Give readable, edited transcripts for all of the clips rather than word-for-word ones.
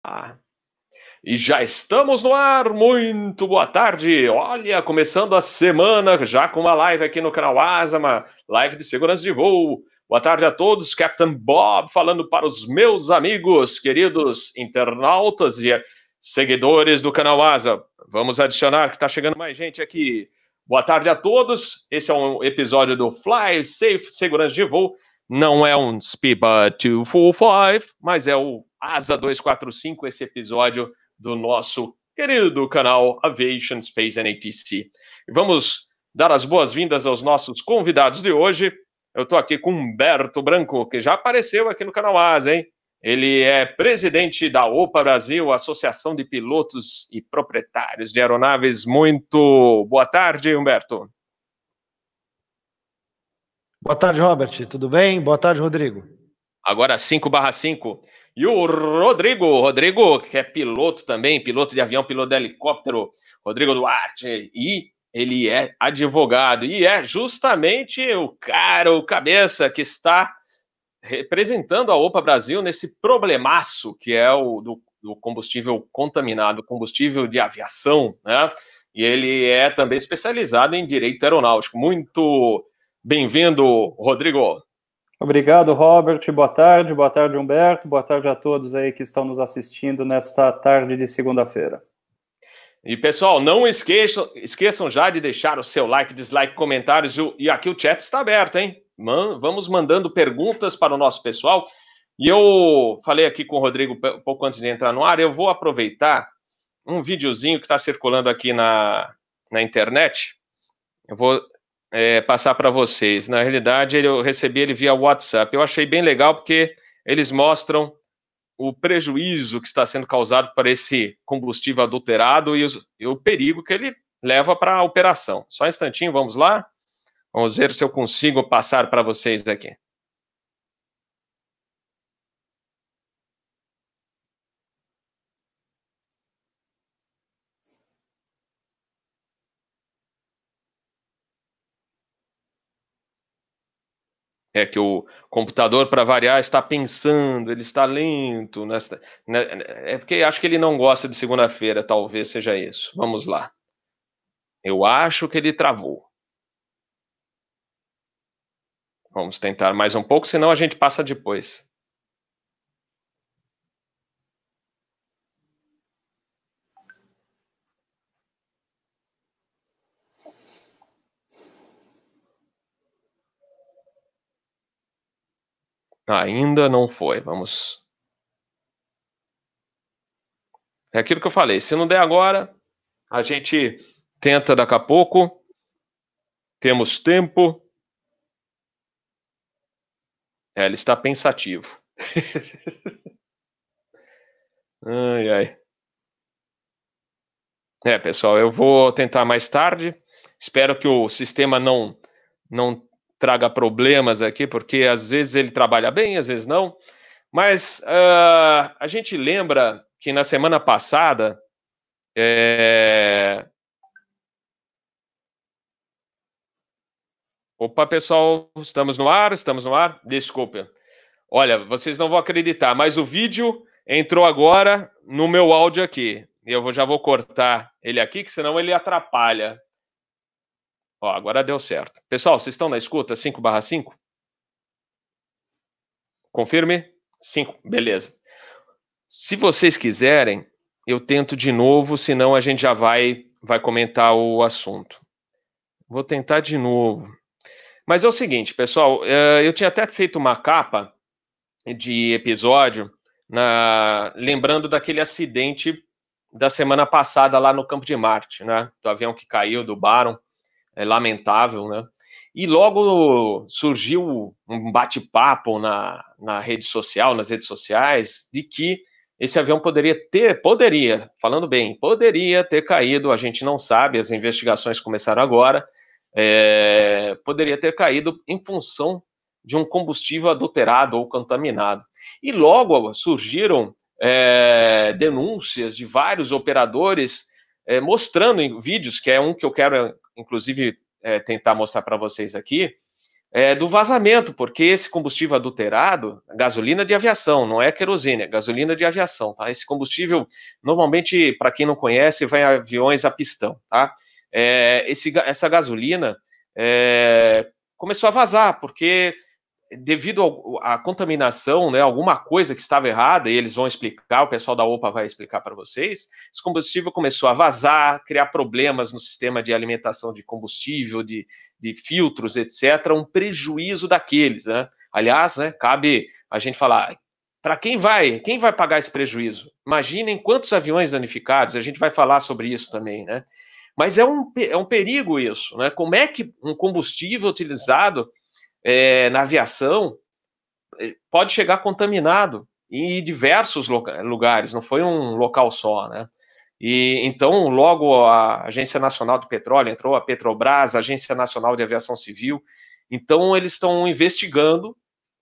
E já estamos no ar, muito boa tarde. Olha, começando a semana já com uma live aqui no canal Asa, uma live de segurança de voo. Boa tarde a todos, Captain Bob falando para os meus amigos, queridos internautas e seguidores do canal Asa. Vamos adicionar que está chegando mais gente aqui. Boa tarde a todos, esse é um episódio do Fly Safe Segurança de Voo. Não é um Speedbird 245, mas é o Asa 245, esse episódio do nosso querido canal Aviation, Space and ATC. E vamos dar as boas-vindas aos nossos convidados de hoje. Eu estou aqui com Humberto Branco, que já apareceu aqui no canal Asa, hein? Ele é presidente da OPA Brasil, Associação de Pilotos e Proprietários de Aeronaves. Muito boa tarde, Humberto. Boa tarde, Robert. Tudo bem? Boa tarde, Rodrigo. Agora 5/5. E o Rodrigo, que é piloto também, piloto de avião, piloto de helicóptero, Rodrigo Duarte, e ele é advogado, e é justamente o cabeça que está representando a OPA Brasil nesse problemaço que é o do combustível contaminado, combustível de aviação, né? E ele é também especializado em direito aeronáutico. Muito bem-vindo, Rodrigo. Obrigado, Robert. Boa tarde, Humberto. Boa tarde a todos aí que estão nos assistindo nesta tarde de segunda-feira. E, pessoal, não esqueçam já de deixar o seu like, dislike, comentários, e aqui o chat está aberto, hein? Vamos mandando perguntas para o nosso pessoal. E eu falei aqui com o Rodrigo um pouco antes de entrar no ar, eu vou aproveitar um videozinho que está circulando aqui na internet. Eu vou passar para vocês. Na realidade, eu recebi ele via WhatsApp. Eu achei bem legal porque eles mostram o prejuízo que está sendo causado por esse combustível adulterado e o perigo que ele leva para a operação. Só um instantinho, vamos lá? Vamos ver se eu consigo passar para vocês aqui. É que o computador, para variar, está pensando, ele está lento. É porque acho que ele não gosta de segunda-feira, talvez seja isso. Vamos lá. Eu acho que ele travou. Vamos tentar mais um pouco, senão a gente passa depois. Ainda não foi, vamos. É aquilo que eu falei, se não der agora, a gente tenta daqui a pouco. Temos tempo. Ele está pensativo. Ai, ai. Pessoal, eu vou tentar mais tarde. Espero que o sistema não traga problemas aqui, porque às vezes ele trabalha bem, às vezes não. Mas a gente lembra que na semana passada Opa, pessoal, estamos no ar? Desculpa. Olha, vocês não vão acreditar, mas o vídeo entrou agora no meu áudio aqui. E eu já vou cortar ele aqui, que senão ele atrapalha. Ó, agora deu certo. Pessoal, vocês estão na escuta 5/5? Confirme? 5, beleza. Se vocês quiserem, eu tento de novo, senão a gente já vai comentar o assunto. Vou tentar de novo. Mas é o seguinte, pessoal, eu tinha até feito uma capa de episódio, lembrando daquele acidente da semana passada lá no Campo de Marte, né? Do avião que caiu, do Baron, lamentável, né? E logo surgiu um bate-papo nas redes sociais, de que esse avião poderia ter caído, a gente não sabe, as investigações começaram agora, poderia ter caído em função de um combustível adulterado ou contaminado. E logo surgiram denúncias de vários operadores mostrando em vídeos, que é um que eu quero, inclusive, tentar mostrar para vocês aqui, do vazamento, porque esse combustível adulterado, gasolina de aviação, não é querosene, é gasolina de aviação, tá? Esse combustível, normalmente, para quem não conhece, vai em aviões a pistão, tá? Essa gasolina começou a vazar, porque devido à contaminação, né, alguma coisa que estava errada, e eles vão explicar, o pessoal da OPA vai explicar para vocês, esse combustível começou a vazar, criar problemas no sistema de alimentação de combustível, de filtros, etc., um prejuízo daqueles, né? Aliás, né, cabe a gente falar, para quem vai pagar esse prejuízo? Imaginem quantos aviões danificados, a gente vai falar sobre isso também, né? Mas é um perigo isso, né? Como é que um combustível utilizado na aviação pode chegar contaminado em diversos lugares, não foi um local só, né? E então, logo a Agência Nacional do Petróleo entrou, a Petrobras, a Agência Nacional de Aviação Civil, então eles estão investigando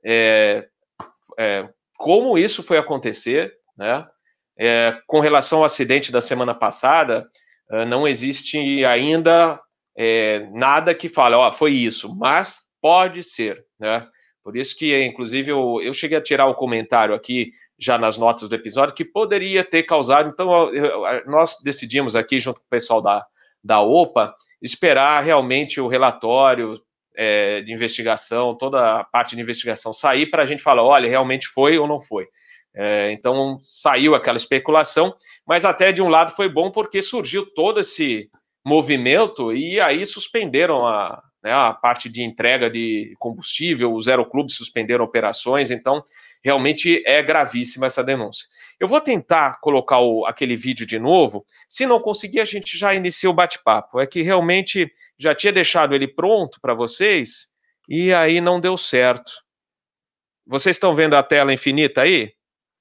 como isso foi acontecer, né? Com relação ao acidente da semana passada, não existe ainda nada que fale, foi isso, mas pode ser, né? Por isso que, inclusive, eu cheguei a tirar o comentário aqui, já nas notas do episódio, que poderia ter causado. Então, nós decidimos aqui, junto com o pessoal da OPA, esperar realmente o relatório de investigação, toda a parte de investigação sair para a gente falar, olha, realmente foi ou não foi. Então, saiu aquela especulação, mas até de um lado foi bom, porque surgiu todo esse movimento e aí suspenderam a parte de entrega de combustível, os aeroclubes suspenderam operações, então realmente é gravíssima essa denúncia. Eu vou tentar colocar aquele vídeo de novo, se não conseguir a gente já inicia o bate-papo, é que realmente já tinha deixado ele pronto para vocês e aí não deu certo. Vocês estão vendo a tela infinita aí?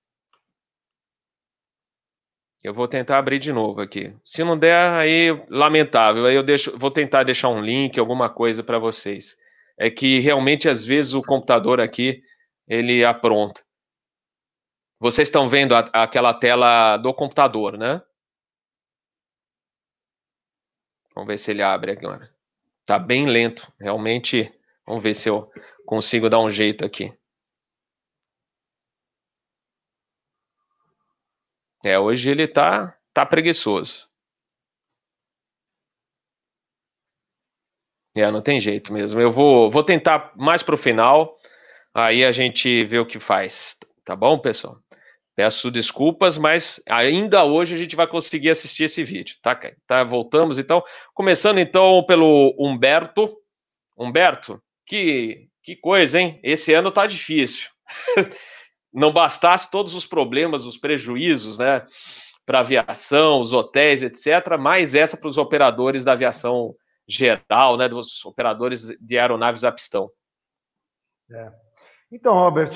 Eu vou tentar abrir de novo aqui. Se não der, aí lamentável. Aí vou tentar deixar um link, alguma coisa para vocês. É que realmente às vezes o computador aqui ele apronta. Vocês estão vendo aquela tela do computador, né? Vamos ver se ele abre agora. Tá bem lento, realmente. Vamos ver se eu consigo dar um jeito aqui. Hoje ele tá preguiçoso. Não tem jeito mesmo. Eu vou tentar mais para o final, aí a gente vê o que faz. Tá bom, pessoal? Peço desculpas, mas ainda hoje a gente vai conseguir assistir esse vídeo, tá? Voltamos, então. Começando, então, pelo Humberto. Humberto, que coisa, hein? Esse ano tá difícil. Não bastasse todos os problemas, os prejuízos, né? Para a aviação, os hotéis, etc., mais essa para os operadores da aviação geral, né, dos operadores de aeronaves a pistão. Então, Robert,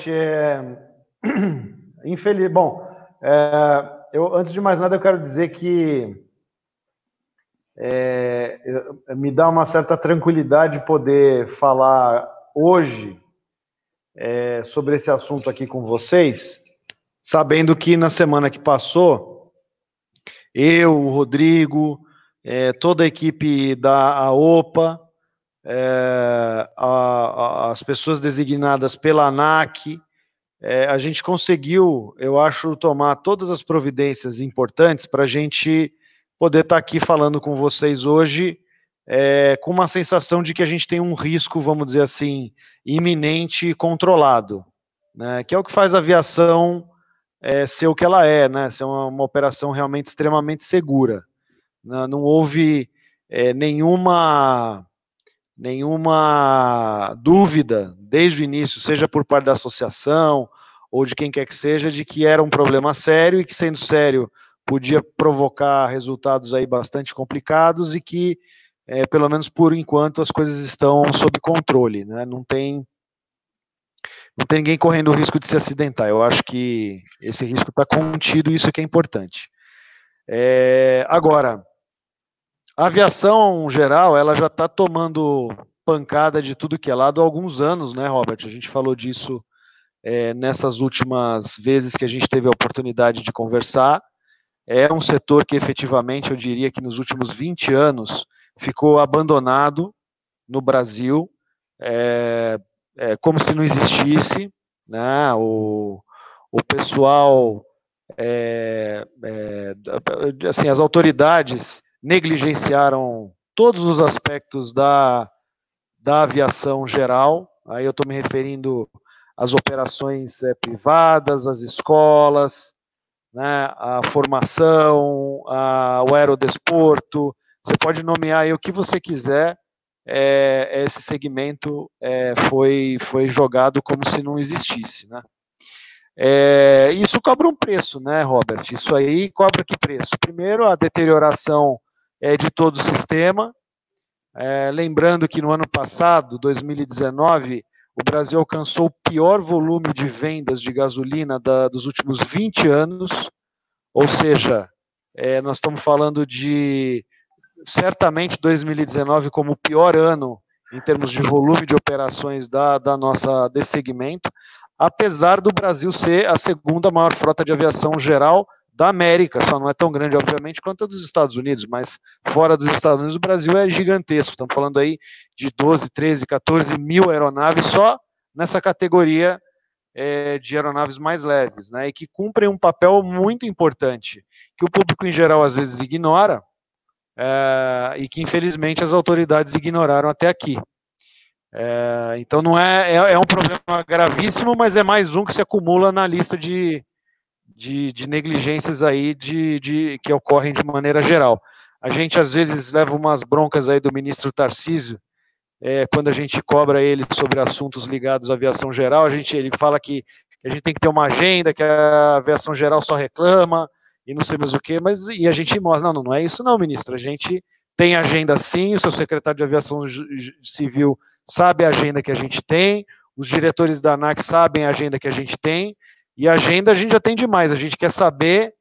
bom, antes de mais nada eu quero dizer que me dá uma certa tranquilidade poder falar hoje sobre esse assunto aqui com vocês, sabendo que na semana que passou, eu, o Rodrigo, toda a equipe da OPA, as pessoas designadas pela ANAC, a gente conseguiu, eu acho, tomar todas as providências importantes para a gente poder estar aqui falando com vocês hoje, com uma sensação de que a gente tem um risco, vamos dizer assim, iminente e controlado, né, que é o que faz a aviação ser o que ela é, né, ser uma operação realmente extremamente segura. Não houve nenhuma dúvida desde o início, seja por parte da associação ou de quem quer que seja, de que era um problema sério e que, sendo sério, podia provocar resultados aí bastante complicados e que, pelo menos por enquanto, as coisas estão sob controle, né? Não tem ninguém correndo o risco de se acidentar. Eu acho que esse risco está contido e isso é que é importante. Agora, a aviação geral, ela já está tomando pancada de tudo que é lado há alguns anos, né, Robert? A gente falou disso nessas últimas vezes que a gente teve a oportunidade de conversar. É um setor que efetivamente, eu diria que nos últimos 20 anos, ficou abandonado no Brasil. como se não existisse, né? O pessoal, assim, as autoridades negligenciaram todos os aspectos da aviação geral. Aí eu estou me referindo às operações privadas, às escolas, né, a formação, o aerodesporto. Você pode nomear aí o que você quiser. Esse segmento foi jogado como se não existisse, né? Isso cobra um preço, né, Robert? Isso aí cobra que preço? Primeiro, a deterioração de todo o sistema. Lembrando que no ano passado, 2019, o Brasil alcançou o pior volume de vendas de gasolina dos últimos 20 anos, ou seja, nós estamos falando de, certamente, 2019 como o pior ano em termos de volume de operações desse segmento, apesar do Brasil ser a segunda maior frota de aviação geral da América, só não é tão grande, obviamente, quanto a dos Estados Unidos, mas fora dos Estados Unidos, o Brasil é gigantesco. Estamos falando aí de 12, 13, 14 mil aeronaves só nessa categoria de aeronaves mais leves, né, e que cumprem um papel muito importante, que o público em geral às vezes ignora, e que infelizmente as autoridades ignoraram até aqui. Então não é um problema gravíssimo, mas é mais um que se acumula na lista de negligências aí que ocorrem de maneira geral. A gente às vezes leva umas broncas aí do ministro Tarcísio, quando a gente cobra ele sobre assuntos ligados à aviação geral, ele fala que a gente tem que ter uma agenda, que a aviação geral só reclama, e não sei mais o que, e a gente mostra, não é isso não, ministro, a gente tem agenda sim, o seu secretário de aviação civil sabe a agenda que a gente tem, os diretores da ANAC sabem a agenda que a gente tem, e a agenda a gente já tem demais, a gente quer saber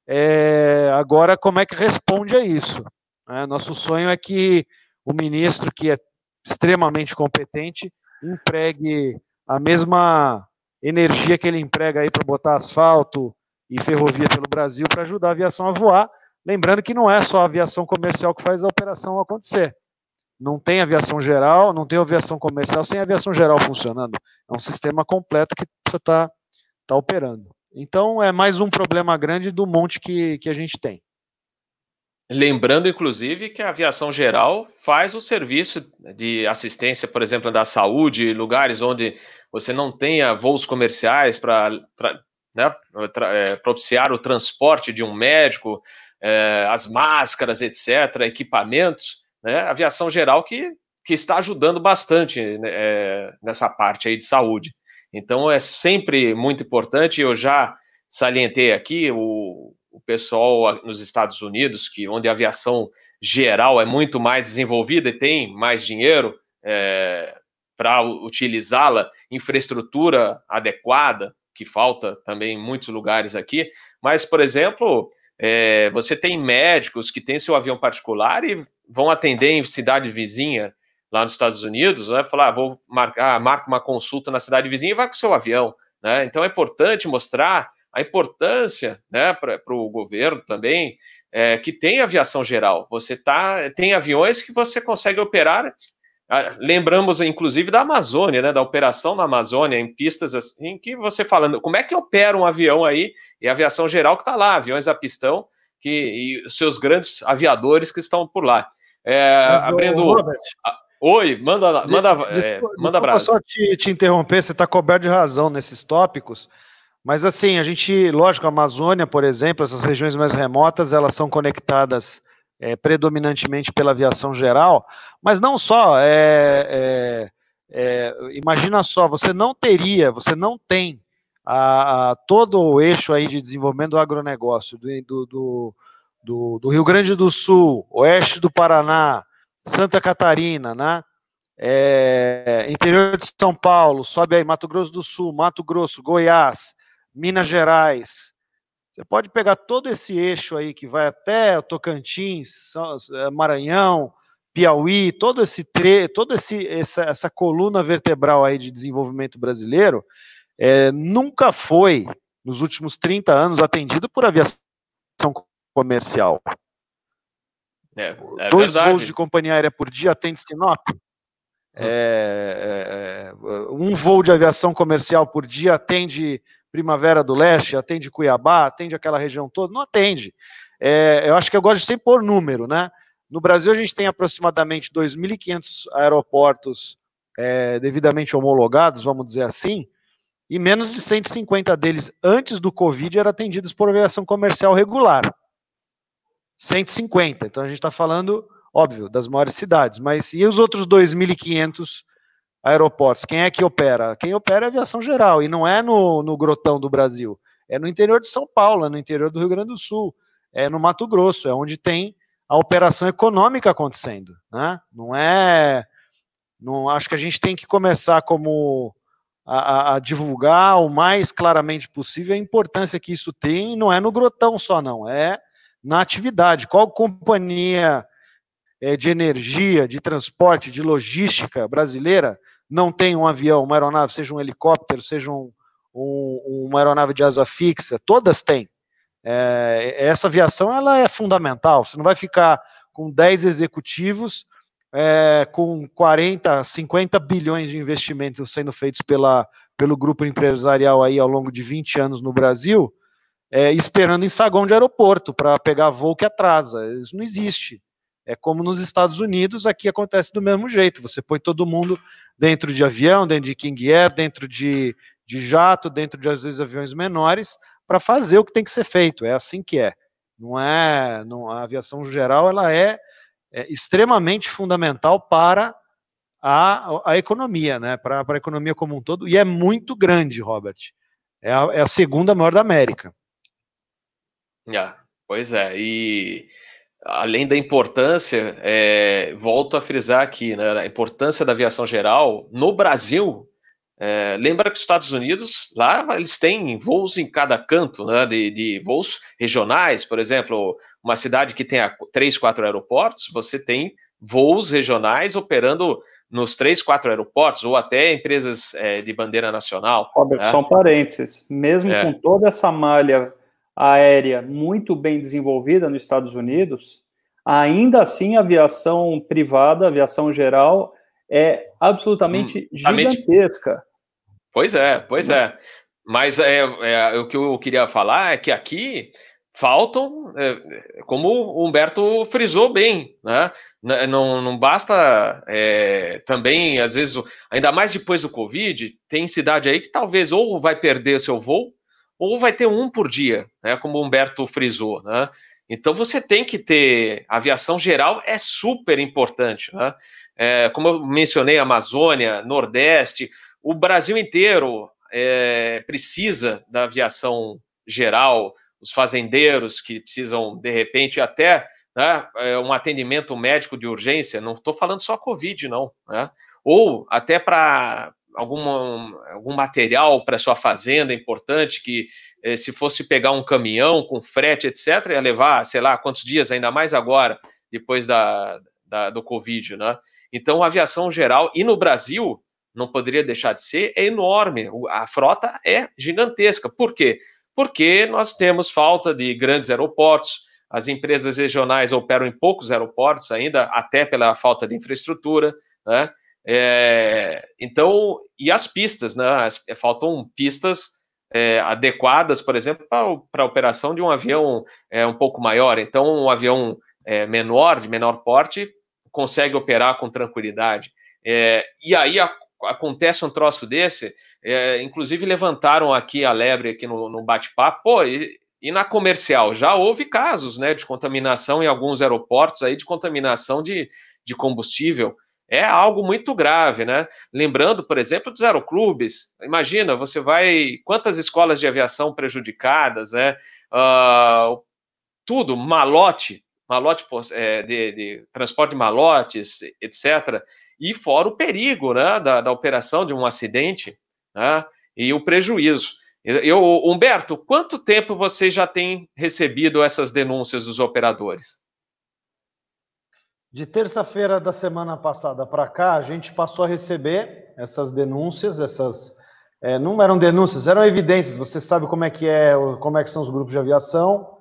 agora como é que responde a isso. Nosso sonho é que o ministro, que é extremamente competente, empregue a mesma energia que ele emprega aí para botar asfalto e ferrovia pelo Brasil para ajudar a aviação a voar. Lembrando que não é só a aviação comercial que faz a operação acontecer. Não tem aviação geral, não tem aviação comercial sem aviação geral funcionando. É um sistema completo que você está operando. Então, é mais um problema grande do monte que a gente tem. Lembrando, inclusive, que a aviação geral faz o serviço de assistência, por exemplo, da saúde, lugares onde você não tenha voos comerciais para né, propiciar o transporte de um médico, as máscaras, etc., equipamentos, né, a aviação geral que está ajudando bastante nessa parte aí de saúde. Então, é sempre muito importante, eu já salientei aqui o pessoal nos Estados Unidos, onde a aviação geral é muito mais desenvolvida e tem mais dinheiro para utilizá-la, infraestrutura adequada, que falta também em muitos lugares aqui, mas, por exemplo, você tem médicos que têm seu avião particular e vão atender em cidade vizinha lá nos Estados Unidos, né, falar, marca uma consulta na cidade vizinha e vai com o seu avião, né? Então é importante mostrar a importância, né, para o governo também, que tem aviação geral. Tem aviões que você consegue operar. Lembramos, inclusive, da Amazônia, né, da operação na Amazônia, em pistas assim, que você falando, como é que opera um avião aí, e a aviação geral que está lá, aviões a pistão, e os seus grandes aviadores que estão por lá. Abrindo... Robert, oi, manda brasa. Só te interromper, você está coberto de razão nesses tópicos, mas assim, a gente, lógico, a Amazônia, por exemplo, essas regiões mais remotas, elas são conectadas predominantemente pela aviação geral, mas não só, imagina só, você não tem todo o eixo aí de desenvolvimento do agronegócio, do Rio Grande do Sul, oeste do Paraná, Santa Catarina, né? Interior de São Paulo, sobe aí Mato Grosso do Sul, Mato Grosso, Goiás, Minas Gerais. Você pode pegar todo esse eixo aí que vai até Tocantins, Maranhão, Piauí, essa coluna vertebral aí de desenvolvimento brasileiro, nunca foi, nos últimos 30 anos, atendido por aviação comercial. 2 verdade. voos de companhia aérea por dia atende Sinop? Um voo de aviação comercial por dia atende Primavera do Leste, atende Cuiabá, atende aquela região toda? Não atende. Eu acho que eu gosto de sempre pôr número, né? No Brasil, a gente tem aproximadamente 2.500 aeroportos devidamente homologados, vamos dizer assim, e menos de 150 deles, antes do Covid, eram atendidos por aviação comercial regular. 150. Então, a gente está falando, óbvio, das maiores cidades. Mas e os outros 2.500 aeroportos? Quem é que opera? Quem opera é a aviação geral, e não é no grotão do Brasil. É no interior de São Paulo, é no interior do Rio Grande do Sul, é no Mato Grosso, é onde tem a operação econômica acontecendo, né? Não acho que a gente tem que começar a divulgar o mais claramente possível a importância que isso tem, e não é no grotão só, não, é na atividade. Qual companhia de energia, de transporte, de logística brasileira não tem um avião, uma aeronave, seja um helicóptero, seja uma aeronave de asa fixa? Todas têm. Essa aviação ela é fundamental. Você não vai ficar com 10 executivos com 40, 50 bilhões de investimentos sendo feitos pelo grupo empresarial aí ao longo de 20 anos no Brasil, esperando em saguão de aeroporto para pegar voo que atrasa. Isso não existe. É como nos Estados Unidos, aqui acontece do mesmo jeito. Você põe todo mundo dentro de avião, dentro de King Air, dentro de jato, dentro de, às vezes, aviões menores, para fazer o que tem que ser feito. É assim que é. A aviação geral ela é extremamente fundamental para a economia, né? Para a economia como um todo, e é muito grande, Robert. É a segunda maior da América. Pois é, e além da importância, volto a frisar aqui, né, a importância da aviação geral no Brasil. Lembra que os Estados Unidos, lá eles têm voos em cada canto, né, de voos regionais, por exemplo, uma cidade que tenha 3, 4 aeroportos, você tem voos regionais operando nos 3, 4 aeroportos, ou até empresas de bandeira nacional. Robert, né? só um parênteses, mesmo com toda essa malha aérea muito bem desenvolvida nos Estados Unidos, ainda assim a aviação privada, a aviação geral, é absolutamente gigantesca. Pois é. Mas o que eu queria falar é que aqui faltam, como o Humberto frisou bem, né? Não basta também, às vezes, ainda mais depois do Covid, tem cidade aí que talvez ou vai perder seu voo, ou vai ter um por dia, né? Como o Humberto frisou, né? Então você tem que ter, aviação geral é super importante, né? Como eu mencionei, Amazônia, Nordeste, o Brasil inteiro precisa da aviação geral, os fazendeiros que precisam, de repente, até um atendimento médico de urgência, não estou falando só Covid, não, né? Ou até para algum material para sua fazenda importante, que se fosse pegar um caminhão com frete, etc., ia levar, sei lá, quantos dias, ainda mais agora, depois do Covid, né? Então, a aviação geral, e no Brasil, não poderia deixar de ser, é enorme. A frota é gigantesca. Por quê? Porque nós temos falta de grandes aeroportos, as empresas regionais operam em poucos aeroportos ainda, até pela falta de infraestrutura, né? Então, e as pistas, né? Faltam pistas adequadas, por exemplo, para a operação de um avião um pouco maior. Então, um avião de menor porte, consegue operar com tranquilidade. E aí acontece um troço desse, inclusive levantaram aqui a lebre aqui no bate-papo, e na comercial já houve casos, né, de contaminação em alguns aeroportos aí, de contaminação de combustível. É algo muito grave, né? Lembrando, por exemplo, dos aeroclubes. Imagina, você vai... Quantas escolas de aviação prejudicadas, né? Tudo, malote de transporte de malotes, etc., e fora o perigo, né, da operação de um acidente, né, e o prejuízo. Humberto, quanto tempo você já tem recebido essas denúncias dos operadores? De terça-feira da semana passada para cá, a gente passou a receber essas denúncias, não eram denúncias, eram evidências. Você sabe como é que são os grupos de aviação.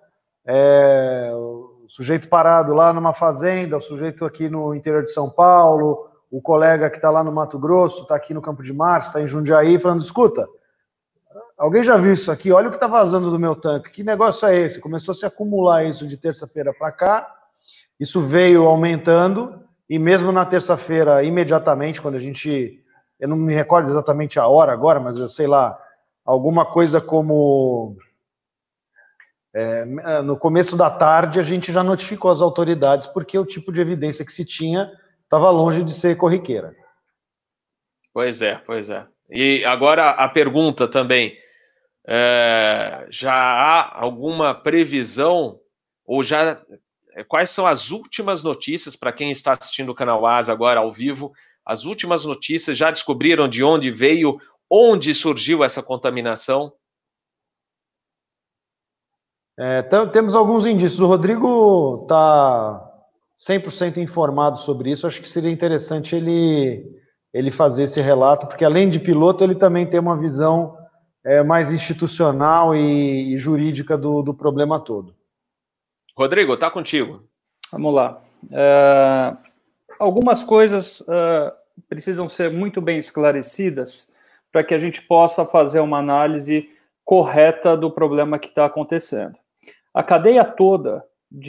O sujeito parado lá numa fazenda, o sujeito aqui no interior de São Paulo, o colega que está lá no Mato Grosso, está aqui no Campo de Marte, está em Jundiaí, falando, escuta, alguém já viu isso aqui? Olha o que está vazando do meu tanque. Que negócio é esse? Começou a se acumular isso de terça-feira para cá. Isso veio aumentando. E mesmo na terça-feira, imediatamente, quando a gente... Eu não me recordo exatamente a hora agora, mas eu sei lá, alguma coisa como... no começo da tarde, a gente já notificou as autoridades porque o tipo de evidência que se tinha estava longe de ser corriqueira. Pois é, pois é. E agora a pergunta também... já há alguma previsão ou já quais são as últimas notícias para quem está assistindo o canal Asa agora ao vivo? As últimas notícias já descobriram de onde veio, onde surgiu essa contaminação? Temos alguns indícios. O Rodrigo está 100% informado sobre isso. Acho que seria interessante ele fazer esse relato, porque além de piloto, ele também tem uma visão mais institucional e jurídica do problema todo. Rodrigo, está contigo. Vamos lá. Algumas coisas precisam ser muito bem esclarecidas para que a gente possa fazer uma análise correta do problema que está acontecendo. A cadeia toda,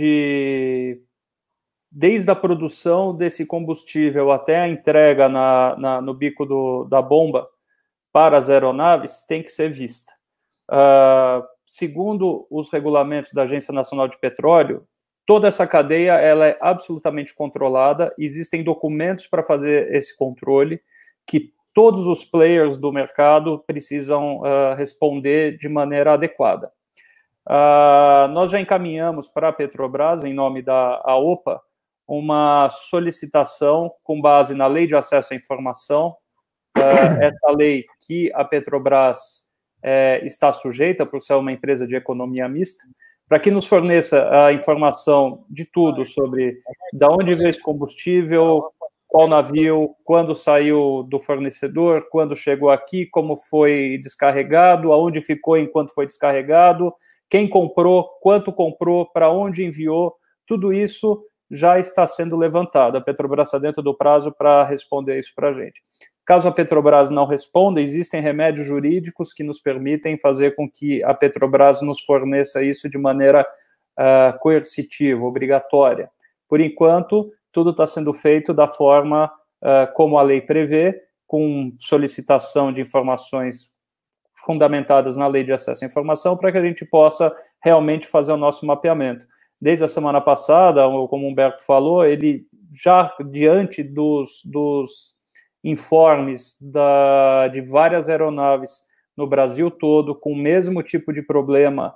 desde a produção desse combustível até a entrega no bico da bomba para as aeronaves, tem que ser vista. Segundo os regulamentos da Agência Nacional de Petróleo, toda essa cadeia ela é absolutamente controlada, existem documentos para fazer esse controle, que todos os players do mercado precisam responder de maneira adequada. Nós já encaminhamos para a Petrobras, em nome da AOPA, uma solicitação com base na Lei de Acesso à Informação, essa lei que a Petrobras está sujeita por ser uma empresa de economia mista, para que nos forneça a informação de tudo sobre de onde veio esse combustível, qual navio, quando saiu do fornecedor, quando chegou aqui, como foi descarregado, aonde ficou enquanto foi descarregado, quem comprou, quanto comprou, para onde enviou, tudo isso já está sendo levantado. A Petrobras está dentro do prazo para responder isso para a gente. Caso a Petrobras não responda, existem remédios jurídicos que nos permitem fazer com que a Petrobras nos forneça isso de maneira coercitiva, obrigatória. Por enquanto, tudo está sendo feito da forma como a lei prevê, com solicitação de informações fundamentadas na Lei de Acesso à Informação, para que a gente possa realmente fazer o nosso mapeamento. Desde a semana passada, como o Humberto falou, ele já, diante dos informes de várias aeronaves no Brasil todo, com o mesmo tipo de problema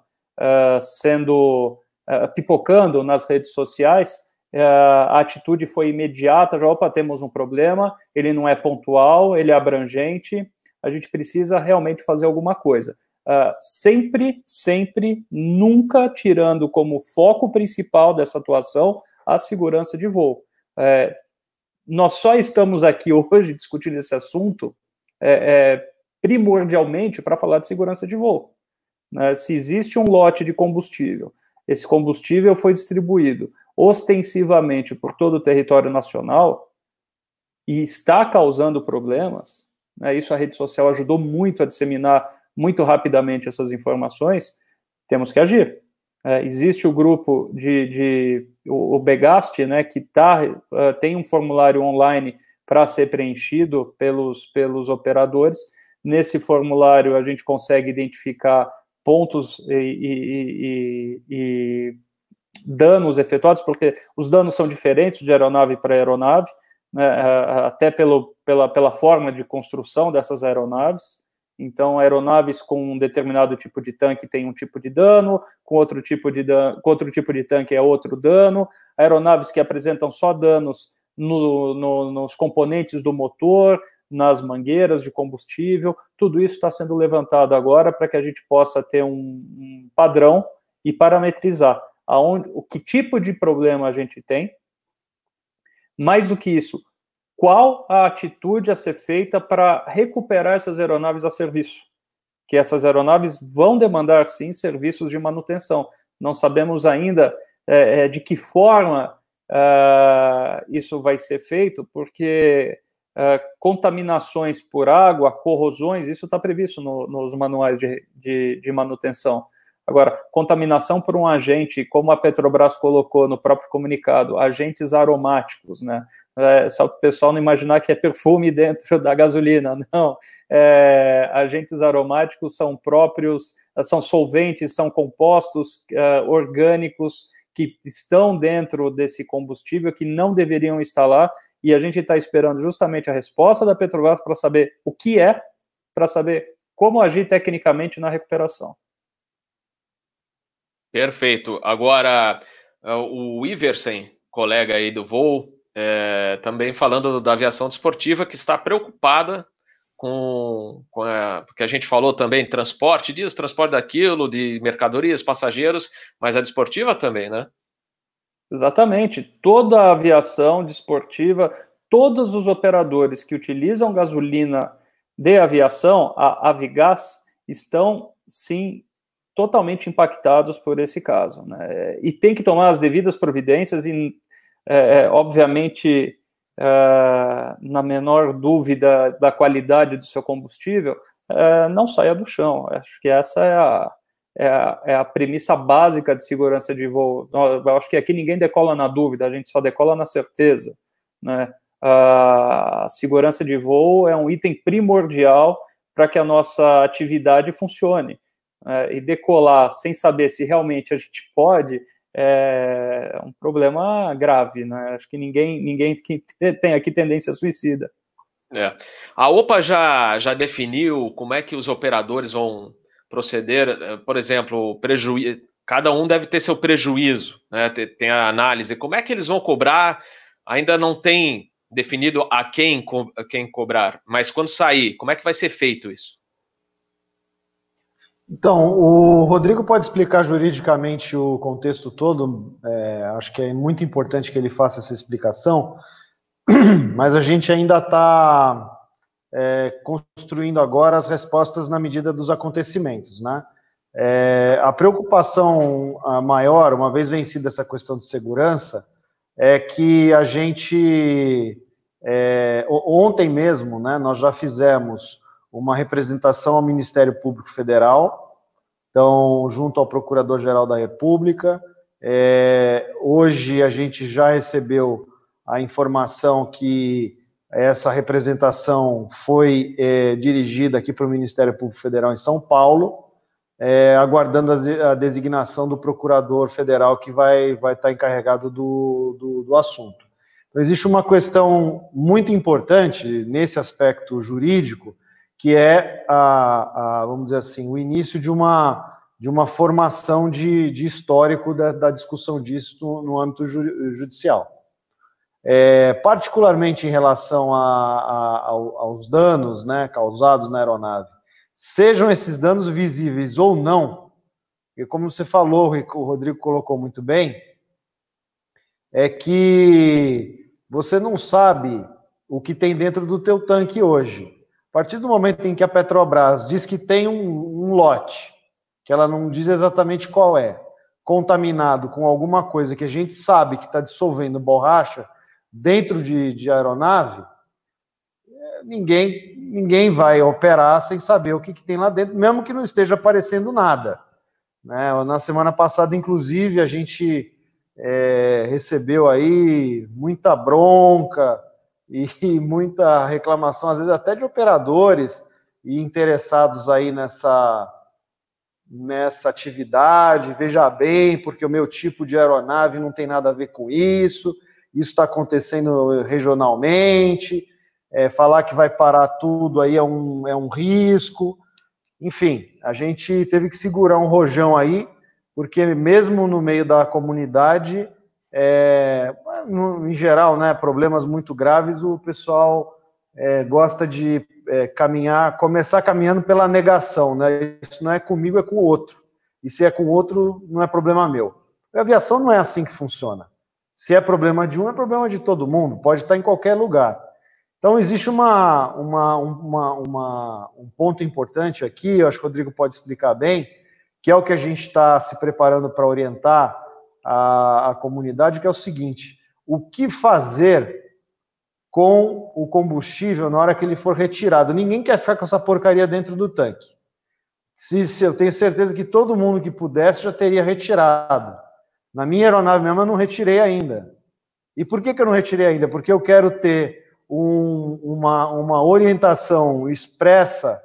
pipocando nas redes sociais, a atitude foi imediata, temos um problema, ele não é pontual, ele é abrangente, a gente precisa realmente fazer alguma coisa. Sempre, nunca tirando como foco principal dessa atuação a segurança de voo. Nós só estamos aqui hoje discutindo esse assunto primordialmente para falar de segurança de voo. Se existe um lote de combustível, esse combustível foi distribuído ostensivamente por todo o território nacional e está causando problemas, isso a rede social ajudou muito a disseminar muito rapidamente essas informações, temos que agir. Existe o grupo o Begast, que tem um formulário online para ser preenchido pelos operadores. Nesse formulário a gente consegue identificar pontos e danos efetuados, porque os danos são diferentes de aeronave para aeronave, até pela forma de construção dessas aeronaves. Então, aeronaves com um determinado tipo de tanque tem um tipo de dano, com outro tipo de tanque é outro dano. Aeronaves que apresentam só danos nos componentes do motor, nas mangueiras de combustível, tudo isso está sendo levantado agora para que a gente possa ter um padrão e parametrizar que tipo de problema a gente tem. Mais do que isso, qual a atitude a ser feita para recuperar essas aeronaves a serviço? Que essas aeronaves vão demandar, sim, serviços de manutenção. Não sabemos ainda de que forma isso vai ser feito, porque contaminações por água, corrosões, isso está previsto nos manuais de manutenção. Agora, contaminação por um agente, como a Petrobras colocou no próprio comunicado, agentes aromáticos, né? Só para o pessoal não imaginar que é perfume dentro da gasolina, não. Agentes aromáticos são próprios, são solventes, são compostos orgânicos que estão dentro desse combustível, que não deveriam estar lá, e a gente está esperando justamente a resposta da Petrobras para saber o que é, para saber como agir tecnicamente na recuperação. Perfeito. Agora, o Iversen, colega aí do voo, também falando da aviação desportiva, que está preocupada porque a gente falou também transporte disso, transporte daquilo, de mercadorias, passageiros, mas a desportiva também, né? Exatamente. Toda a aviação desportiva, todos os operadores que utilizam gasolina de aviação, a Avigás, estão, sim, totalmente impactados por esse caso, né? E tem que tomar as devidas providências e, obviamente, na menor dúvida da qualidade do seu combustível, não saia do chão. Acho que essa é a premissa básica de segurança de voo. Eu acho que aqui ninguém decola na dúvida, a gente só decola na certeza, né? A segurança de voo é um item primordial para que a nossa atividade funcione. E decolar sem saber se realmente a gente pode é um problema grave, né? Acho que ninguém tem aqui tendência suicida. A OPA já definiu como é que os operadores vão proceder, por exemplo, prejuízo. Cada um deve ter seu prejuízo, né? Tem a análise. Como é que eles vão cobrar? Ainda não tem definido a quem cobrar, mas quando sair, como é que vai ser feito isso? Então, o Rodrigo pode explicar juridicamente o contexto todo, acho que é muito importante que ele faça essa explicação, mas a gente ainda está construindo agora as respostas na medida dos acontecimentos, né? A preocupação maior, uma vez vencida essa questão de segurança, é que a gente, ontem mesmo, né, nós já fizemos uma representação ao Ministério Público Federal, então, junto ao Procurador-Geral da República. Hoje a gente já recebeu a informação que essa representação foi dirigida aqui para o Ministério Público Federal em São Paulo, aguardando a designação do Procurador Federal que vai estar encarregado do assunto. Então, existe uma questão muito importante nesse aspecto jurídico, que é, vamos dizer assim, o início de uma formação de histórico da discussão disso no âmbito judicial. Particularmente em relação aos danos, né, causados na aeronave, sejam esses danos visíveis ou não, e como você falou, o Rodrigo colocou muito bem, é que você não sabe o que tem dentro do teu tanque hoje. A partir do momento em que a Petrobras diz que tem um lote, que ela não diz exatamente qual é, contaminado com alguma coisa que a gente sabe que está dissolvendo borracha dentro de aeronave, ninguém vai operar sem saber o que tem lá dentro, mesmo que não esteja aparecendo nada, né? Na semana passada, inclusive, a gente recebeu aí muita bronca e muita reclamação, às vezes até de operadores e interessados aí nessa atividade. Veja bem, porque o meu tipo de aeronave não tem nada a ver com isso está acontecendo regionalmente, falar que vai parar tudo aí é um risco. Enfim, a gente teve que segurar um rojão aí, porque mesmo no meio da comunidade, em geral, né, problemas muito graves, o pessoal gosta de começar caminhando pela negação, né? Isso não é comigo, é com o outro. E se é com o outro, não é problema meu. A aviação não é assim que funciona. Se é problema de um, é problema de todo mundo, pode estar em qualquer lugar. Então, existe um ponto importante aqui, eu acho que o Rodrigo pode explicar bem, que é o que a gente está se preparando para orientar a comunidade, que é o seguinte: o que fazer com o combustível na hora que ele for retirado. Ninguém quer ficar com essa porcaria dentro do tanque. Se eu tenho certeza que todo mundo que pudesse já teria retirado. Na minha aeronave mesmo eu não retirei ainda. E por que eu não retirei ainda? Porque eu quero ter uma orientação expressa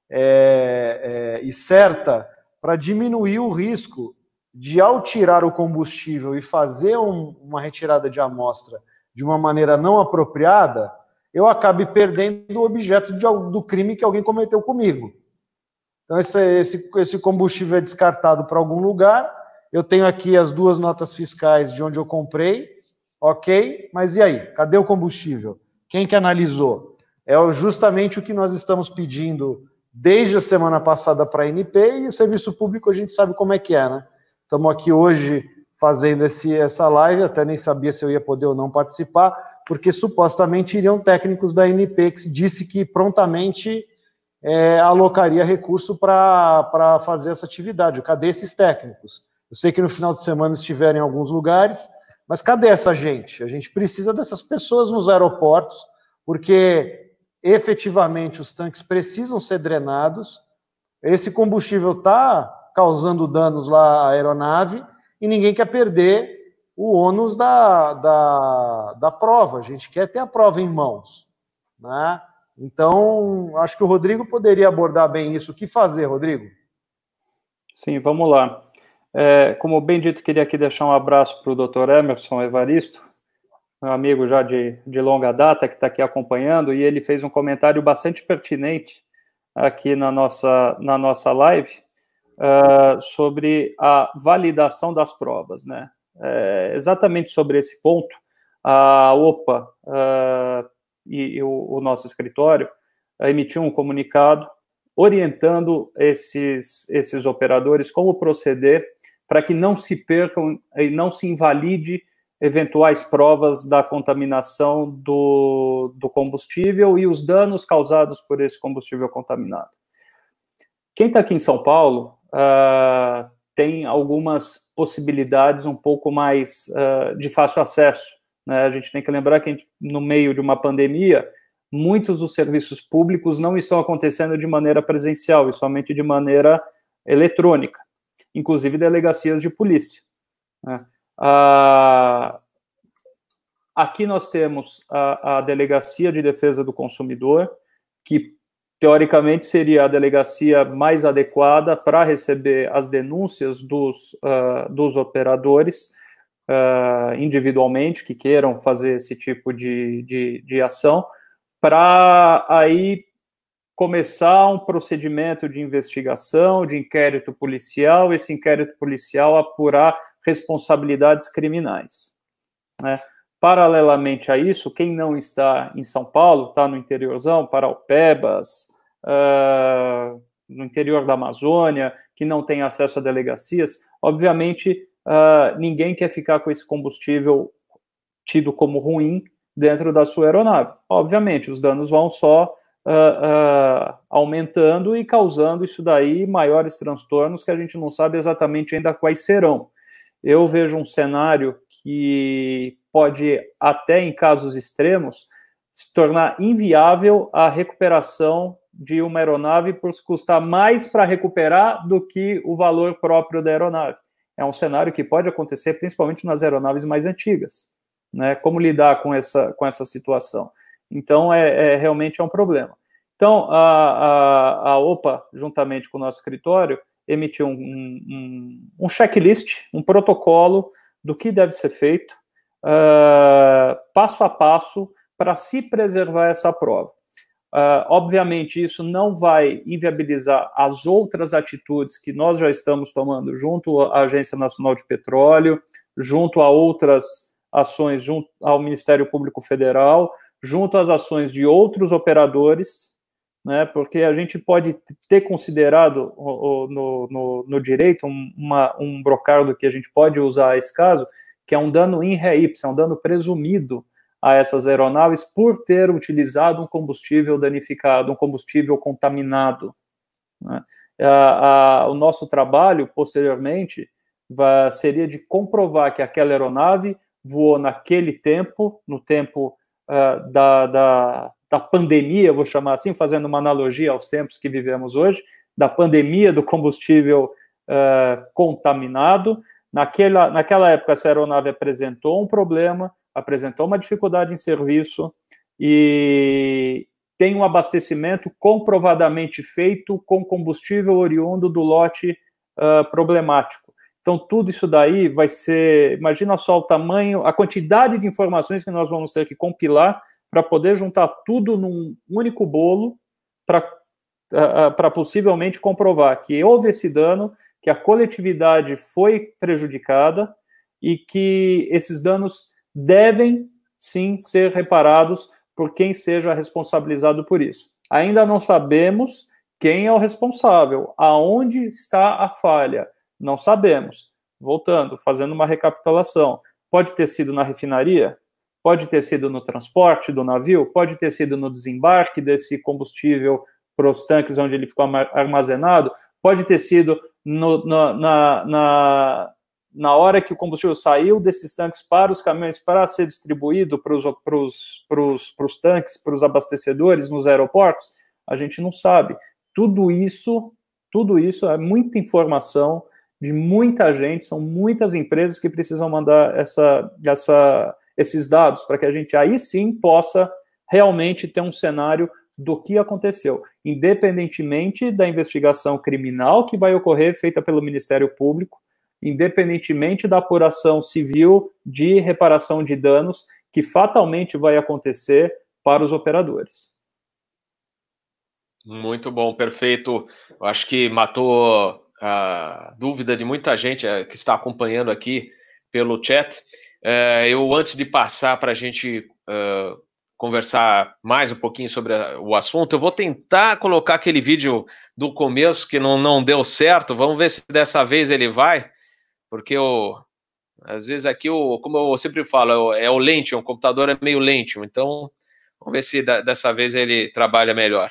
e certa para diminuir o risco de, ao tirar o combustível e fazer uma retirada de amostra de uma maneira não apropriada, eu acabe perdendo o objeto do crime que alguém cometeu comigo. Então, esse combustível é descartado para algum lugar, eu tenho aqui as 2 notas fiscais de onde eu comprei, ok, mas e aí? Cadê o combustível? Quem que analisou? É justamente o que nós estamos pedindo desde a semana passada para a ANP, e o serviço público a gente sabe como é que é, né? Estamos aqui hoje fazendo essa live, até nem sabia se eu ia poder ou não participar, porque supostamente iriam técnicos da ANP, que disse que prontamente alocaria recurso para fazer essa atividade. Cadê esses técnicos? Eu sei que no final de semana estiveram em alguns lugares, mas cadê essa gente? A gente precisa dessas pessoas nos aeroportos, porque efetivamente os tanques precisam ser drenados, esse combustível está causando danos lá à aeronave, e ninguém quer perder o ônus da prova. A gente quer ter a prova em mãos, né? Então, acho que o Rodrigo poderia abordar bem isso. O que fazer, Rodrigo? Sim, vamos lá. Como bem dito, queria aqui deixar um abraço para o Dr. Emerson Evaristo, meu amigo já de longa data, que está aqui acompanhando, e ele fez um comentário bastante pertinente aqui na nossa live, sobre a validação das provas, né? Exatamente sobre esse ponto, a OPA e o nosso escritório emitiu um comunicado orientando esses operadores como proceder para que não se percam e não se invalide eventuais provas da contaminação do combustível e os danos causados por esse combustível contaminado. Quem está aqui em São Paulo tem algumas possibilidades um pouco mais de fácil acesso, né? A gente tem que lembrar que no meio de uma pandemia, muitos dos serviços públicos não estão acontecendo de maneira presencial, e somente de maneira eletrônica, inclusive delegacias de polícia, né? Aqui nós temos a Delegacia de Defesa do Consumidor, que teoricamente seria a delegacia mais adequada para receber as denúncias dos operadores individualmente, que queiram fazer esse tipo de ação, para aí começar um procedimento de investigação, de inquérito policial, esse inquérito policial apurar responsabilidades criminais, né? Paralelamente a isso, quem não está em São Paulo, está no interiorzão, Paraupebas, no interior da Amazônia, que não tem acesso a delegacias, obviamente ninguém quer ficar com esse combustível tido como ruim dentro da sua aeronave. Obviamente, os danos vão só aumentando e causando isso daí maiores transtornos que a gente não sabe exatamente ainda quais serão. Eu vejo um cenário que pode, até em casos extremos, se tornar inviável a recuperação de uma aeronave por custar mais para recuperar do que o valor próprio da aeronave. É um cenário que pode acontecer principalmente nas aeronaves mais antigas, né? Como lidar com essa situação? Então, realmente é um problema. Então, a OPA, juntamente com o nosso escritório, emitiu um checklist, um protocolo do que deve ser feito, passo a passo, para se preservar essa prova. Obviamente, isso não vai inviabilizar as outras atitudes que nós já estamos tomando junto à Agência Nacional de Petróleo, junto a outras ações, junto ao Ministério Público Federal, junto às ações de outros operadores, né, porque a gente pode ter considerado no direito um brocardo que a gente pode usar esse caso, que é um dano in re ipsa, um dano presumido a essas aeronaves por ter utilizado um combustível danificado, um combustível contaminado, né? O nosso trabalho, posteriormente, seria de comprovar que aquela aeronave voou naquele tempo, no tempo da pandemia, vou chamar assim, fazendo uma analogia aos tempos que vivemos hoje, da pandemia do combustível contaminado. Naquela época, essa aeronave apresentou um problema, apresentou uma dificuldade em serviço e tem um abastecimento comprovadamente feito com combustível oriundo do lote problemático. Então, tudo isso daí vai ser... Imagina só o tamanho, a quantidade de informações que nós vamos ter que compilar para poder juntar tudo num único bolo para possivelmente comprovar que houve esse dano, que a coletividade foi prejudicada e que esses danos devem, sim, ser reparados por quem seja responsabilizado por isso. Ainda não sabemos quem é o responsável, aonde está a falha, não sabemos. Voltando, fazendo uma recapitulação, pode ter sido na refinaria? Pode ter sido no transporte do navio? Pode ter sido no desembarque desse combustível para os tanques onde ele ficou armazenado? Pode ter sido na hora que o combustível saiu desses tanques para os caminhões para ser distribuído para os tanques, para os abastecedores nos aeroportos? A gente não sabe. Tudo isso é muita informação de muita gente, são muitas empresas que precisam mandar esses dados para que a gente aí sim possa realmente ter um cenário do que aconteceu, independentemente da investigação criminal que vai ocorrer, feita pelo Ministério Público, independentemente da apuração civil de reparação de danos que fatalmente vai acontecer para os operadores. Muito bom, perfeito. Eu acho que matou a dúvida de muita gente que está acompanhando aqui pelo chat. Eu, antes de passar para a gente conversar mais um pouquinho sobre o assunto, eu vou tentar colocar aquele vídeo do começo que não deu certo. Vamos ver se dessa vez ele vai, porque às vezes aqui, como eu sempre falo, é o Lentium, o computador é meio Lentium, então vamos ver se dessa vez ele trabalha melhor.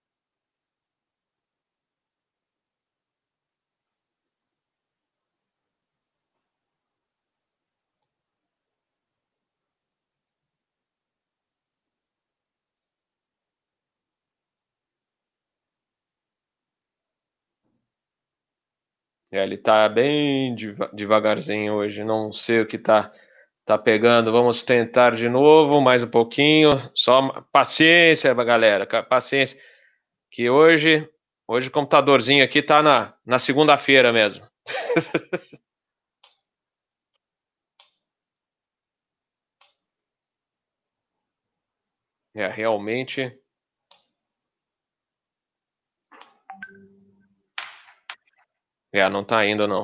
Ele tá bem devagarzinho hoje, não sei o que tá pegando. Vamos tentar de novo, mais um pouquinho. Só paciência, galera, paciência. Que hoje o computadorzinho aqui tá na segunda-feira mesmo. Realmente... não tá indo, não.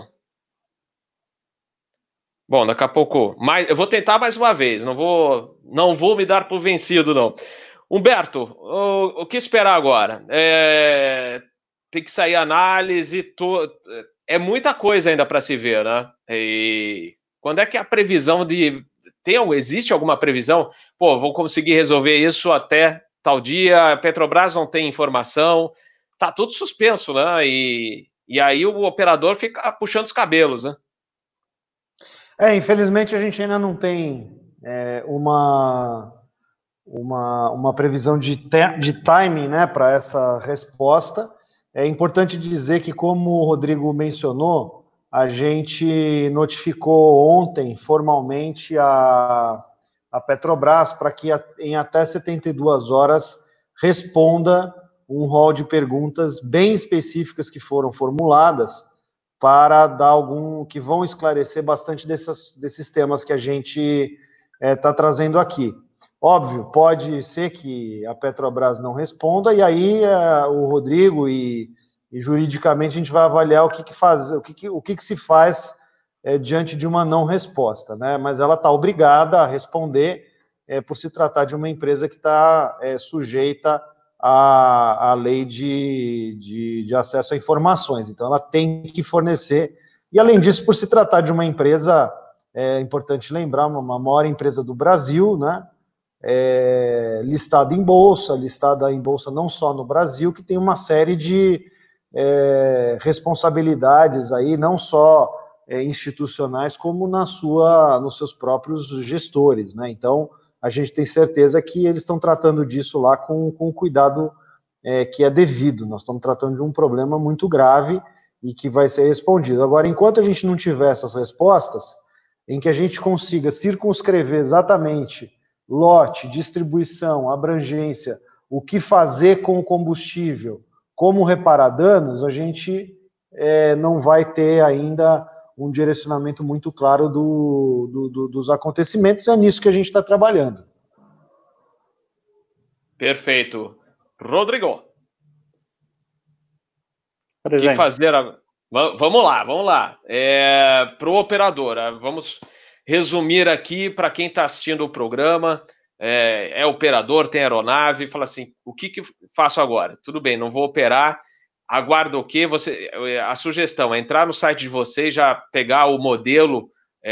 Bom, daqui a pouco... eu vou tentar mais uma vez. Não vou me dar por vencido, não. Humberto, o que esperar agora? Tem que sair análise... É muita coisa ainda para se ver, né? E quando é que a previsão de... Existe alguma previsão? Pô, vou conseguir resolver isso até tal dia. A Petrobras não tem informação. Tá tudo suspenso, né? E aí o operador fica puxando os cabelos, né? Infelizmente a gente ainda não tem uma previsão de timing, né, para essa resposta. É importante dizer que, como o Rodrigo mencionou, a gente notificou ontem formalmente a Petrobras para que em até 72 horas responda um rol de perguntas bem específicas que foram formuladas para dar que vão esclarecer bastante desses temas que a gente está trazendo aqui. Óbvio, pode ser que a Petrobras não responda, e aí o Rodrigo e juridicamente a gente vai avaliar o que se faz diante de uma não resposta, né? Mas ela está obrigada a responder por se tratar de uma empresa que está sujeita à lei de acesso a informações. Então, ela tem que fornecer. E, além disso, por se tratar de uma empresa, é importante lembrar, uma maior empresa do Brasil, né? Listada em bolsa não só no Brasil, que tem uma série de responsabilidades aí, não só institucionais como nos seus próprios gestores, né? Então, a gente tem certeza que eles estão tratando disso lá com o cuidado que é devido. Nós estamos tratando de um problema muito grave e que vai ser respondido. Agora, enquanto a gente não tiver essas respostas, em que a gente consiga circunscrever exatamente lote, distribuição, abrangência, o que fazer com o combustível, como reparar danos, a gente não vai ter ainda um direcionamento muito claro dos acontecimentos, é nisso que a gente está trabalhando. Perfeito. Rodrigo. O que fazer agora? Vamos lá. Para o operador, vamos resumir aqui para quem está assistindo o programa, operador, tem aeronave, fala assim, o que faço agora? Tudo bem, não vou operar, aguardo o quê? A sugestão é entrar no site de vocês, já pegar o modelo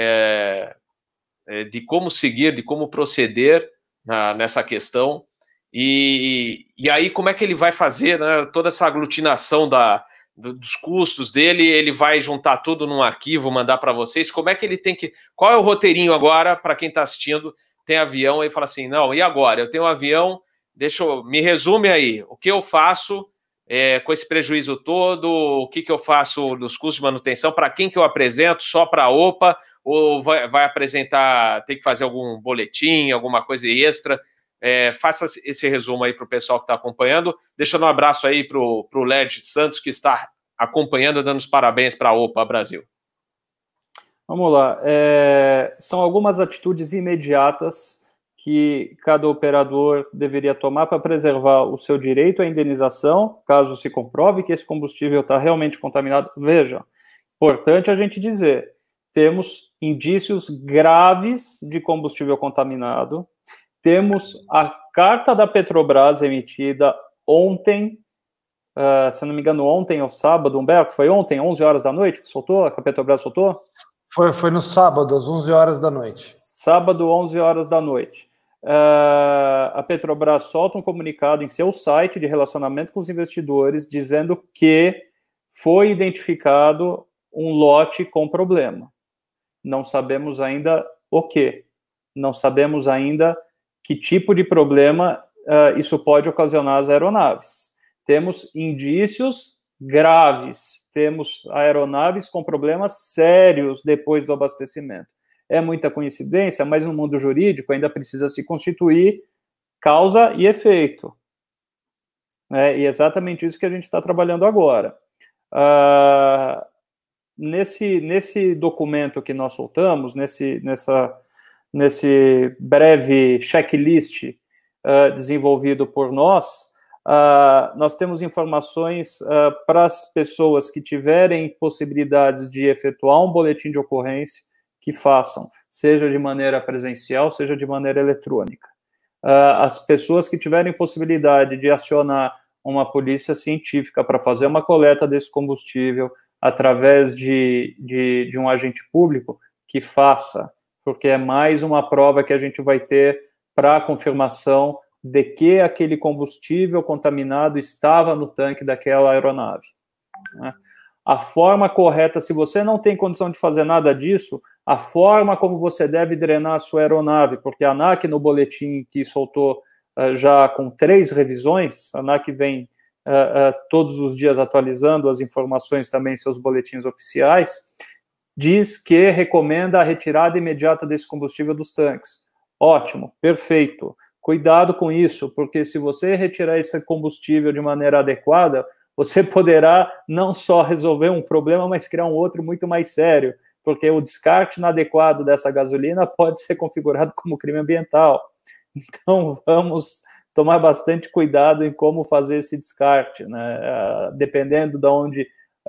de como seguir, de como proceder nessa questão, e aí como é que ele vai fazer, né, toda essa aglutinação dos custos dele, ele vai juntar tudo num arquivo, mandar para vocês, como é que ele tem que... Qual é o roteirinho agora, para quem está assistindo, tem avião, e fala assim, não, e agora? Eu tenho um avião, me resume aí, o que eu faço com esse prejuízo todo, o que eu faço nos custos de manutenção, para quem que eu apresento, só para a OPA, ou vai apresentar, tem que fazer algum boletim, alguma coisa extra? Faça esse resumo aí para o pessoal que está acompanhando, deixando um abraço aí para o Led Santos, que está acompanhando, dando os parabéns para a OPA Brasil. Vamos lá, são algumas atitudes imediatas que cada operador deveria tomar para preservar o seu direito à indenização, caso se comprove que esse combustível está realmente contaminado. Veja, importante a gente dizer, temos indícios graves de combustível contaminado, temos a carta da Petrobras emitida ontem, se não me engano, ontem ou sábado, Humberto, foi ontem, 11 horas da noite que soltou, que a Petrobras soltou? Foi no sábado, às 11 horas da noite. Sábado, 11 horas da noite. A Petrobras solta um comunicado em seu site de relacionamento com os investidores, dizendo que foi identificado um lote com problema. Não sabemos ainda o quê. Não sabemos ainda que tipo de problema isso pode ocasionar às aeronaves. Temos indícios graves, temos aeronaves com problemas sérios depois do abastecimento. É muita coincidência, mas no mundo jurídico ainda precisa se constituir causa e efeito. E é exatamente isso que a gente está trabalhando agora. Nesse documento que nós soltamos, nesse breve checklist desenvolvido por nós, nós temos informações para as pessoas que tiverem possibilidades de efetuar um boletim de ocorrência, que façam, seja de maneira presencial, seja de maneira eletrônica. As pessoas que tiverem possibilidade de acionar uma polícia científica para fazer uma coleta desse combustível através de um agente público, que faça, porque é mais uma prova que a gente vai ter para a confirmação de que aquele combustível contaminado estava no tanque daquela aeronave. Né? A forma correta, se você não tem condição de fazer nada disso, a forma como você deve drenar a sua aeronave, porque a ANAC, no boletim que soltou já com 3 revisões, a ANAC vem todos os dias atualizando as informações também em seus boletins oficiais, diz que recomenda a retirada imediata desse combustível dos tanques. Ótimo, perfeito. Cuidado com isso, porque se você retirar esse combustível de maneira adequada, você poderá não só resolver um problema, mas criar um outro muito mais sério, porque o descarte inadequado dessa gasolina pode ser configurado como crime ambiental. Então, vamos tomar bastante cuidado em como fazer esse descarte, né? Dependendo de onde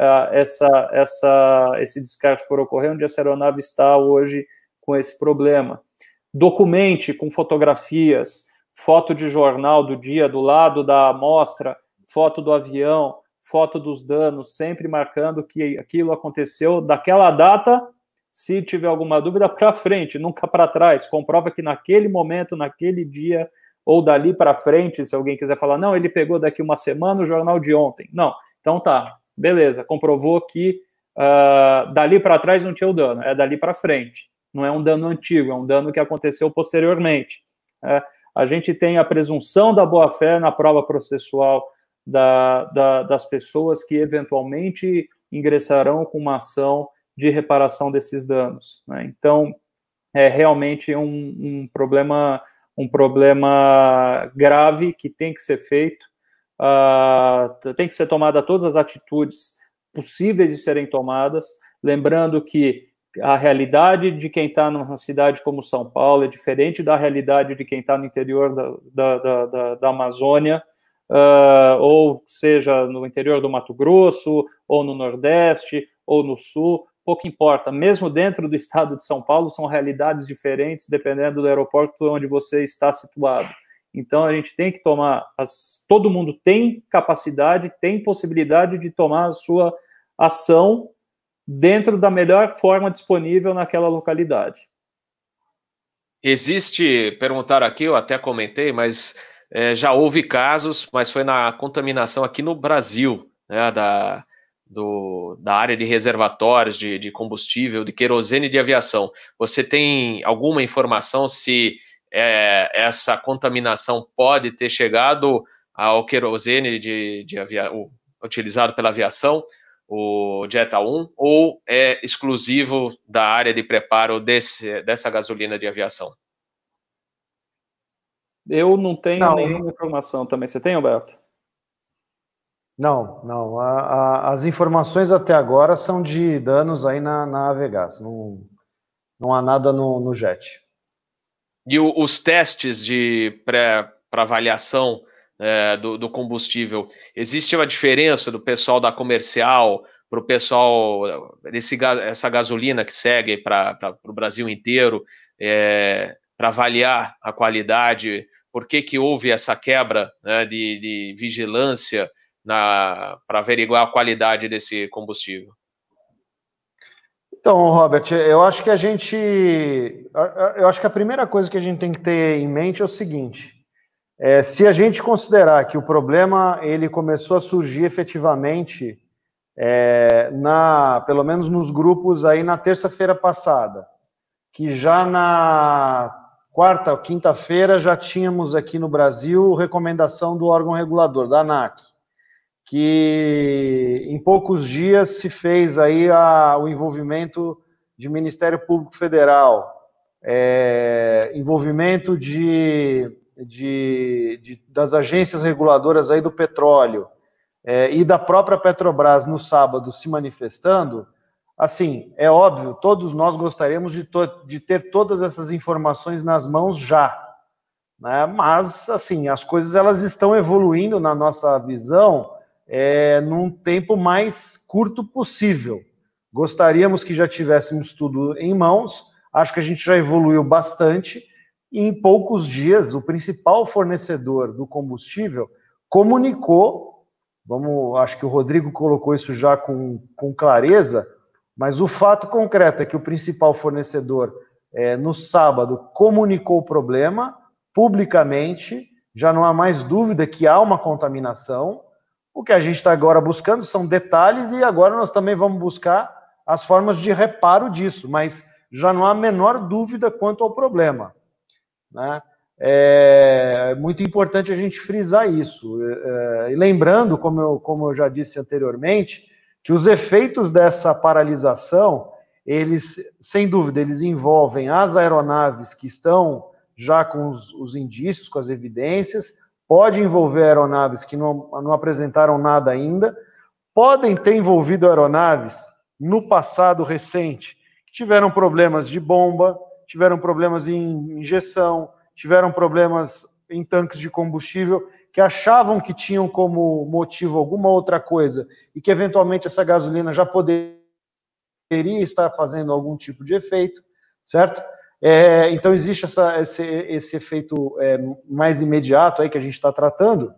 esse descarte for ocorrer, onde essa aeronave está hoje com esse problema. Documente com fotografias, foto de jornal do dia do lado da amostra, foto do avião, foto dos danos, sempre marcando que aquilo aconteceu daquela data, se tiver alguma dúvida, para frente, nunca para trás. Comprova que naquele momento, naquele dia, ou dali para frente, se alguém quiser falar, não, ele pegou daqui uma semana o jornal de ontem. Não, então tá, beleza, comprovou que dali para trás não tinha o dano, é dali para frente. Não é um dano antigo, é um dano que aconteceu posteriormente. A gente tem a presunção da boa-fé na prova processual das pessoas que eventualmente ingressarão com uma ação de reparação desses danos, né? Então, é realmente um problema grave que tem que ser feito, tem que ser tomada todas as atitudes possíveis de serem tomadas, lembrando que a realidade de quem está numa cidade como São Paulo é diferente da realidade de quem está no interior da Amazônia, ou seja, no interior do Mato Grosso, ou no Nordeste, ou no Sul, pouco importa. Mesmo dentro do estado de São Paulo, são realidades diferentes, dependendo do aeroporto onde você está situado. Então, a gente tem que tomar... todo mundo tem capacidade, tem possibilidade de tomar a sua ação dentro da melhor forma disponível naquela localidade. Perguntaram aqui, eu até comentei, mas já houve casos, mas foi na contaminação aqui no Brasil, né, da área de reservatórios de combustível, de querosene de aviação. Você tem alguma informação se essa contaminação pode ter chegado ao querosene utilizado pela aviação, o Jet A1, ou é exclusivo da área de preparo dessa gasolina de aviação? Eu não tenho nenhuma informação também. Você tem, Alberto? Não. As informações até agora são de danos aí na Avegás. Não há nada no jet. E os testes para avaliação do combustível, existe uma diferença do pessoal da comercial para o pessoal essa gasolina que segue para o Brasil inteiro, para avaliar a qualidade? Por que houve essa quebra, né, de vigilância para averiguar a qualidade desse combustível? Então, Robert, eu acho que a primeira coisa que a gente tem que ter em mente é o seguinte: se a gente considerar que o problema ele começou a surgir efetivamente, pelo menos nos grupos aí na terça-feira passada, que já na quarta ou quinta-feira já tínhamos aqui no Brasil recomendação do órgão regulador, da ANAC, que em poucos dias se fez aí o envolvimento de Ministério Público Federal, envolvimento das agências reguladoras aí do petróleo, e da própria Petrobras no sábado se manifestando. Assim, é óbvio, todos nós gostaríamos de ter todas essas informações nas mãos já, né? Mas, assim, as coisas elas estão evoluindo na nossa visão num tempo mais curto possível. Gostaríamos que já tivéssemos tudo em mãos, acho que a gente já evoluiu bastante, e em poucos dias o principal fornecedor do combustível comunicou, acho que o Rodrigo colocou isso já com clareza, mas o fato concreto é que o principal fornecedor, no sábado, comunicou o problema publicamente, já não há mais dúvida que há uma contaminação. O que a gente está agora buscando são detalhes, e agora nós também vamos buscar as formas de reparo disso, mas já não há a menor dúvida quanto ao problema, né? É muito importante a gente frisar isso. E lembrando, como eu já disse anteriormente, que os efeitos dessa paralisação, eles, sem dúvida, eles envolvem as aeronaves que estão já com os indícios, com as evidências, pode envolver aeronaves que não apresentaram nada ainda, podem ter envolvido aeronaves no passado recente, que tiveram problemas de bomba, tiveram problemas em injeção, tiveram problemas em tanques de combustível, que achavam que tinham como motivo alguma outra coisa, e que eventualmente essa gasolina já poderia estar fazendo algum tipo de efeito, certo? Então existe esse efeito mais imediato aí que a gente está tratando,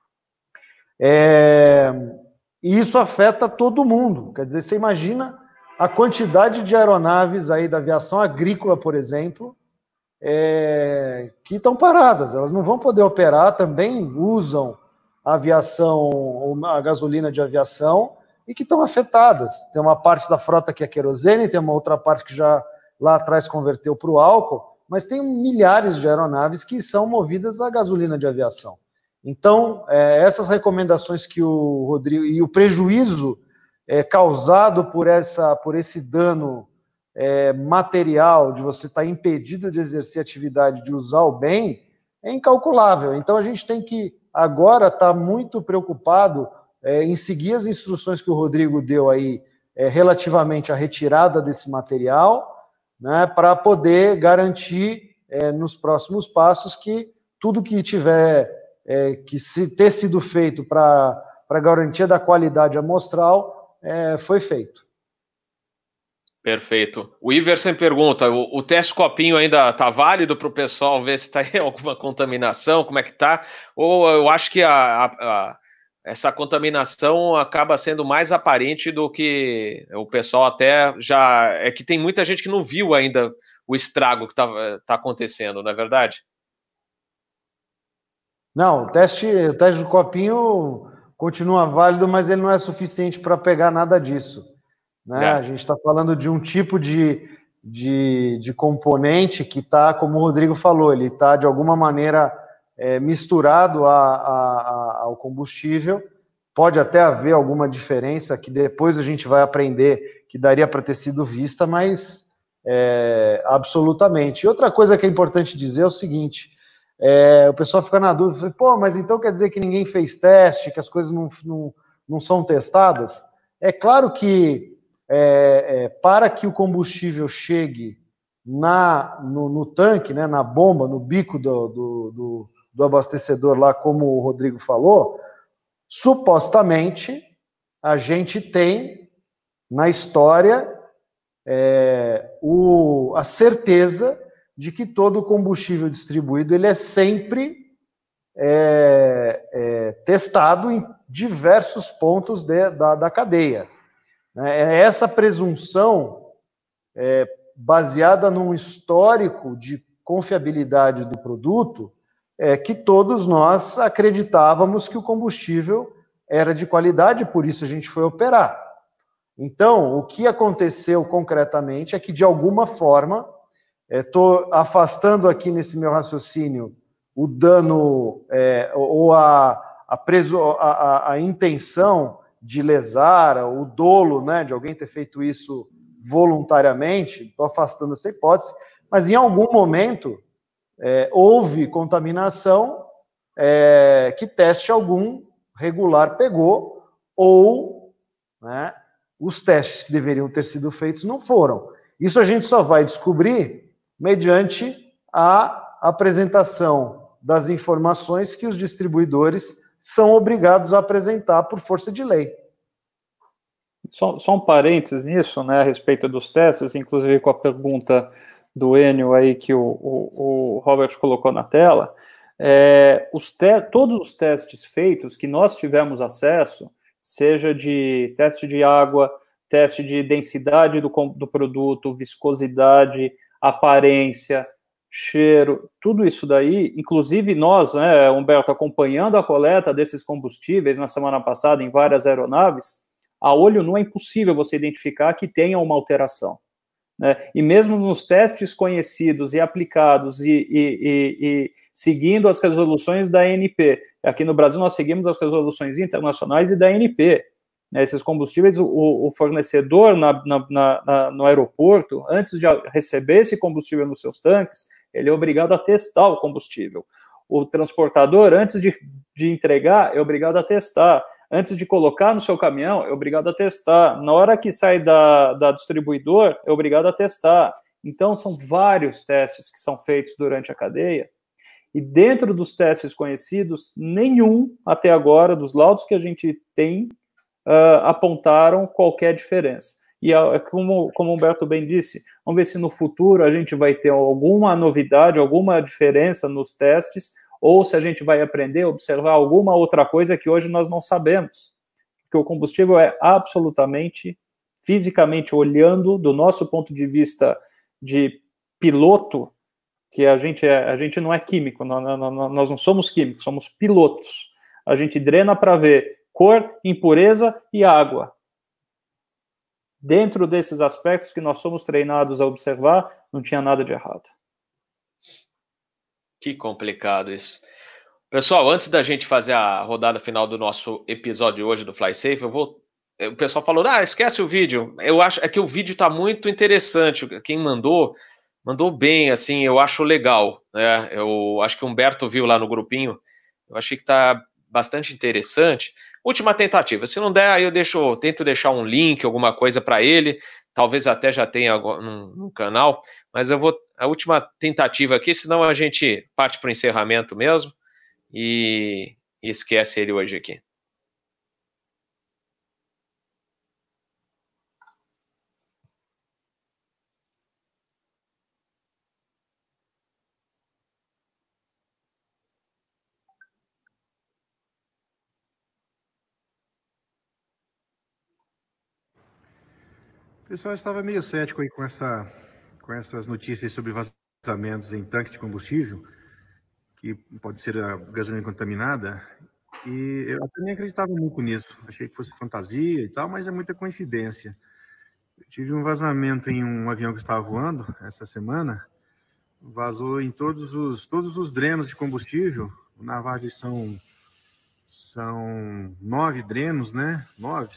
e isso afeta todo mundo. Quer dizer, você imagina a quantidade de aeronaves aí da aviação agrícola, por exemplo, que estão paradas, elas não vão poder operar, também usam a aviação, a gasolina de aviação, e que estão afetadas. Tem uma parte da frota que é querosene, tem uma outra parte que já lá atrás converteu para o álcool, mas tem milhares de aeronaves que são movidas a gasolina de aviação. Então, essas recomendações que o Rodrigo, e o prejuízo causado por esse dano material, de você estar impedido de exercer atividade, de usar o bem, é incalculável. Então, a gente tem que agora estar muito preocupado em seguir as instruções que o Rodrigo deu aí relativamente à retirada desse material, né, para poder garantir nos próximos passos que tudo que tiver ter sido feito para garantia da qualidade amostral foi feito. Perfeito. O Iverson pergunta, o teste copinho ainda está válido para o pessoal ver se está em alguma contaminação, como é que está? Ou eu acho que essa contaminação acaba sendo mais aparente do que o pessoal até já... É que tem muita gente que não viu ainda o estrago que tá acontecendo, não é verdade? Não, o teste do copinho continua válido, mas ele não é suficiente para pegar nada disso. Né? A gente está falando de um tipo de componente que está, como o Rodrigo falou, ele está de alguma maneira misturado ao combustível. Pode até haver alguma diferença que depois a gente vai aprender que daria para ter sido vista, mas absolutamente. E outra coisa que é importante dizer é o seguinte, o pessoal fica na dúvida, pô, mas então quer dizer que ninguém fez teste, que as coisas não são testadas? É claro que para que o combustível chegue no tanque, né, na bomba, no bico do abastecedor lá, como o Rodrigo falou, supostamente a gente tem na história a certeza de que todo o combustível distribuído ele é sempre testado em diversos pontos da cadeia. Essa presunção baseada num histórico de confiabilidade do produto que todos nós acreditávamos que o combustível era de qualidade, por isso a gente foi operar. Então, o que aconteceu concretamente é que, de alguma forma, estou afastando aqui nesse meu raciocínio o dano ou a intenção de lesar, o dolo, né, de alguém ter feito isso voluntariamente, estou afastando essa hipótese, mas em algum momento houve contaminação que teste algum regular pegou, ou né, os testes que deveriam ter sido feitos não foram. Isso a gente só vai descobrir mediante a apresentação das informações que os distribuidores são obrigados a apresentar por força de lei. Só um parênteses nisso, né, a respeito dos testes, inclusive com a pergunta do Enio aí que o Robert colocou na tela, todos os testes feitos que nós tivemos acesso, seja de teste de água, teste de densidade do produto, viscosidade, aparência, cheiro, tudo isso daí, inclusive nós, né, Humberto, acompanhando a coleta desses combustíveis na semana passada em várias aeronaves, a olho nu é impossível você identificar que tenha uma alteração. Né? E mesmo nos testes conhecidos e aplicados e seguindo as resoluções da ANP, aqui no Brasil nós seguimos as resoluções internacionais e da ANP, né? Esses combustíveis, o fornecedor no aeroporto, antes de receber esse combustível nos seus tanques, ele é obrigado a testar o combustível. O transportador, antes de entregar, é obrigado a testar. Antes de colocar no seu caminhão, é obrigado a testar. Na hora que sai da distribuidor, é obrigado a testar. Então, são vários testes que são feitos durante a cadeia. E dentro dos testes conhecidos, nenhum, até agora, dos laudos que a gente tem, apontaram qualquer diferença. E como o Humberto bem disse, vamos ver se no futuro a gente vai ter alguma novidade, alguma diferença nos testes, ou se a gente vai aprender a observar alguma outra coisa que hoje nós não sabemos. Porque o combustível é absolutamente, fisicamente olhando, do nosso ponto de vista de piloto, que a gente não é químico, nós não somos químicos, somos pilotos. A gente drena para ver cor, impureza e água. dentro desses aspectos que nós somos treinados a observar, não tinha nada de errado. Que complicado isso. Pessoal, antes da gente fazer a rodada final do nosso episódio hoje do FlySafe, o pessoal falou, esquece o vídeo. Eu acho que o vídeo está muito interessante. Quem mandou bem, assim, eu acho legal, né? Eu acho que o Humberto viu lá no grupinho. Eu achei que está bastante interessante. Última tentativa. Se não der, aí eu tento deixar um link, alguma coisa para ele. Talvez até já tenha no canal. Mas a última tentativa aqui, senão a gente parte para o encerramento mesmo. E esquece ele hoje aqui. O pessoal estava meio cético aí com essas notícias sobre vazamentos em tanques de combustível, que pode ser a gasolina contaminada, e eu também acreditava muito nisso. Achei que fosse fantasia e tal, mas é muita coincidência. Eu tive um vazamento em um avião que estava voando essa semana, vazou em todos os drenos de combustível. Na Varg são 9 drenos, né? 9,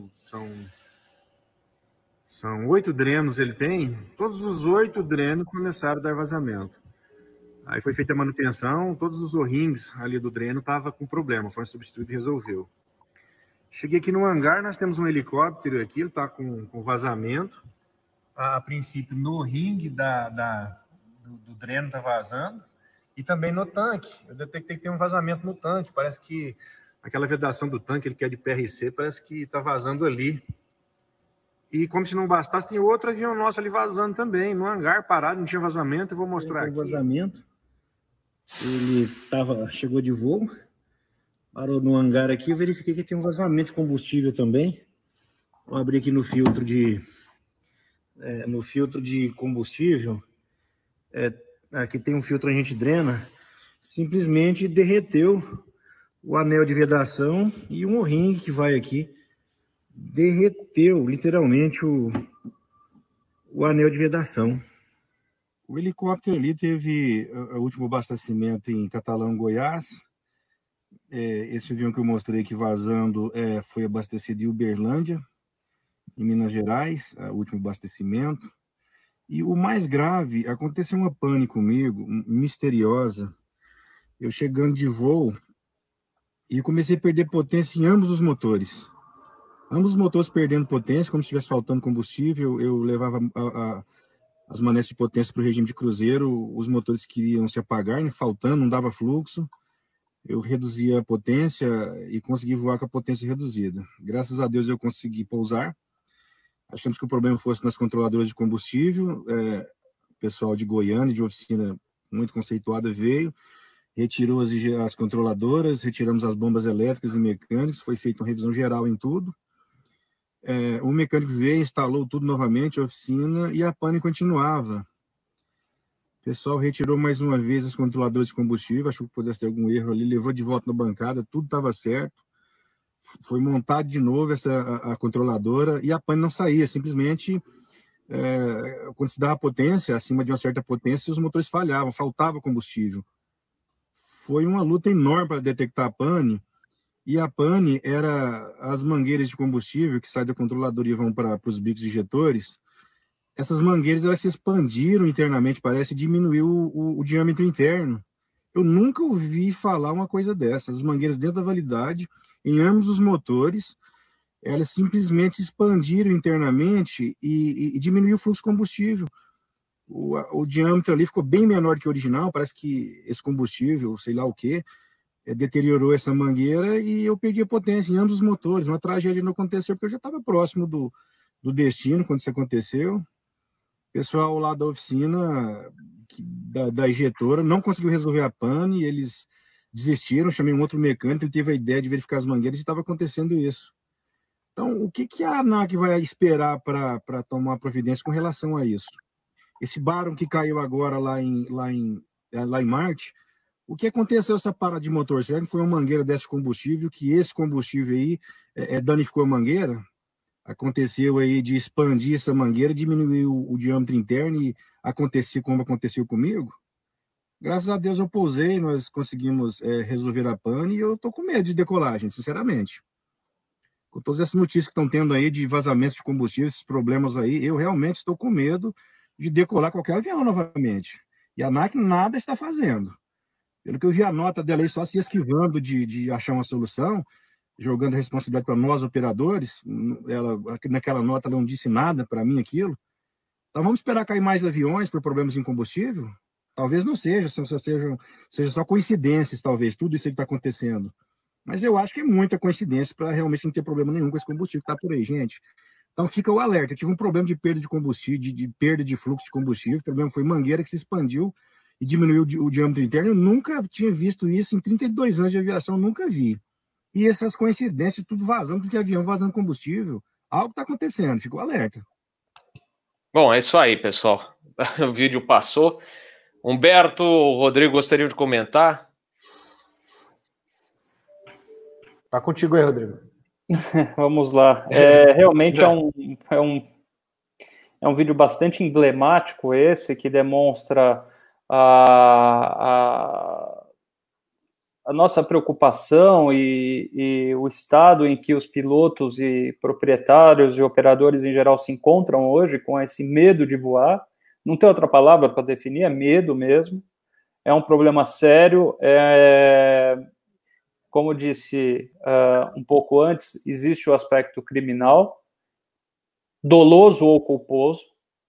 são 8 drenos ele tem, todos os 8 drenos começaram a dar vazamento. Aí foi feita a manutenção, todos os O-rings ali do dreno estavam com problema, foram substituídos e resolveu. Cheguei aqui no hangar, nós temos um helicóptero aqui, ele está com vazamento. A princípio no ring do dreno está vazando, e também no tanque. Eu detectei que tem um vazamento no tanque, parece que aquela vedação do tanque, ele que é de PRC, parece que está vazando ali. E como se não bastasse, tem outro avião nosso ali vazando também, no hangar parado, não tinha vazamento. Eu vou mostrar aqui. O vazamento, ele chegou de voo, parou no hangar aqui, eu verifiquei que tem um vazamento de combustível também. Vou abrir aqui no filtro de combustível, aqui tem um filtro, a gente drena, simplesmente derreteu o anel de vedação e um O-ring que vai aqui. Derreteu literalmente o anel de vedação. O helicóptero ali teve o último abastecimento em Catalão, Goiás. Esse avião que eu mostrei aqui vazando foi abastecido em Uberlândia, em Minas Gerais, o último abastecimento. E o mais grave, aconteceu uma pane comigo, misteriosa. Eu chegando de voo e comecei a perder potência em ambos os motores. Ambos os motores perdendo potência, como se estivesse faltando combustível. Eu levava as manetes de potência para o regime de cruzeiro, os motores queriam se apagar, né, faltando, não dava fluxo. Eu reduzia a potência e consegui voar com a potência reduzida. Graças a Deus eu consegui pousar. Achamos que o problema fosse nas controladoras de combustível. O pessoal de Goiânia, de oficina muito conceituada, veio, retirou as controladoras, retiramos as bombas elétricas e mecânicas, foi feita uma revisão geral em tudo. O mecânico veio, instalou tudo novamente, a oficina, e a pane continuava. O pessoal retirou mais uma vez as controladoras de combustível, achou que pudesse ter algum erro ali, levou de volta na bancada, tudo estava certo. Foi montado de novo a controladora e a pane não saía, simplesmente quando se dava potência, acima de uma certa potência, os motores falhavam, faltava combustível. Foi uma luta enorme para detectar a pane. E a pane era as mangueiras de combustível que saem da controladora e vão para os bicos injetores. Essas mangueiras elas se expandiram internamente, parece, diminuiu o diâmetro interno. Eu nunca ouvi falar uma coisa dessa. As mangueiras dentro da validade, em ambos os motores, elas simplesmente expandiram internamente e diminuiu o fluxo de combustível. O diâmetro ali ficou bem menor que o original, parece que esse combustível, sei lá o quê, deteriorou essa mangueira e eu perdi a potência em ambos os motores. Uma tragédia não aconteceu porque eu já estava próximo do destino quando isso aconteceu. O pessoal lá da oficina, da injetora, não conseguiu resolver a pane, eles desistiram, chamei um outro mecânico, ele teve a ideia de verificar as mangueiras e estava acontecendo isso. Então, o que a ANAC vai esperar para tomar providência com relação a isso? Esse Baron que caiu agora lá em Marte, o que aconteceu essa parada de motor? Será que foi uma mangueira desse combustível, que esse combustível aí danificou a mangueira? aconteceu aí de expandir essa mangueira, diminuir o diâmetro interno e acontecer como aconteceu comigo. Graças a Deus eu pousei, nós conseguimos resolver a pane e eu tô com medo de decolagem, sinceramente. Com todas essas notícias que estão tendo aí de vazamentos de combustível, esses problemas aí, eu realmente estou com medo de decolar qualquer avião novamente. E a ANAC nada está fazendo. Pelo que eu vi a nota dela aí, só se esquivando de achar uma solução, jogando a responsabilidade para nós, operadores. Naquela nota ela não disse nada para mim aquilo. Então vamos esperar cair mais aviões por problemas em combustível? Talvez não seja só coincidências, talvez, tudo isso que está acontecendo. Mas eu acho que é muita coincidência para realmente não ter problema nenhum com esse combustível que está por aí, gente. Então fica o alerta. Eu tive um problema de perda de combustível, de perda de fluxo de combustível. O problema foi mangueira que se expandiu e diminuiu o diâmetro interno. Eu nunca tinha visto isso em 32 anos de aviação, nunca vi. E essas coincidências, tudo vazando, porque avião vazando combustível, algo está acontecendo, fica o alerta. Bom, é isso aí, pessoal. O vídeo passou. Humberto, Rodrigo, gostaria de comentar? Tá contigo aí, Rodrigo. Vamos lá. Realmente é um vídeo bastante emblemático esse, que demonstra a nossa preocupação e o estado em que os pilotos e proprietários e operadores em geral se encontram hoje, com esse medo de voar. Não tem outra palavra para definir, é medo mesmo. É um problema sério. Como disse um pouco antes, existe o aspecto criminal, doloso ou culposo,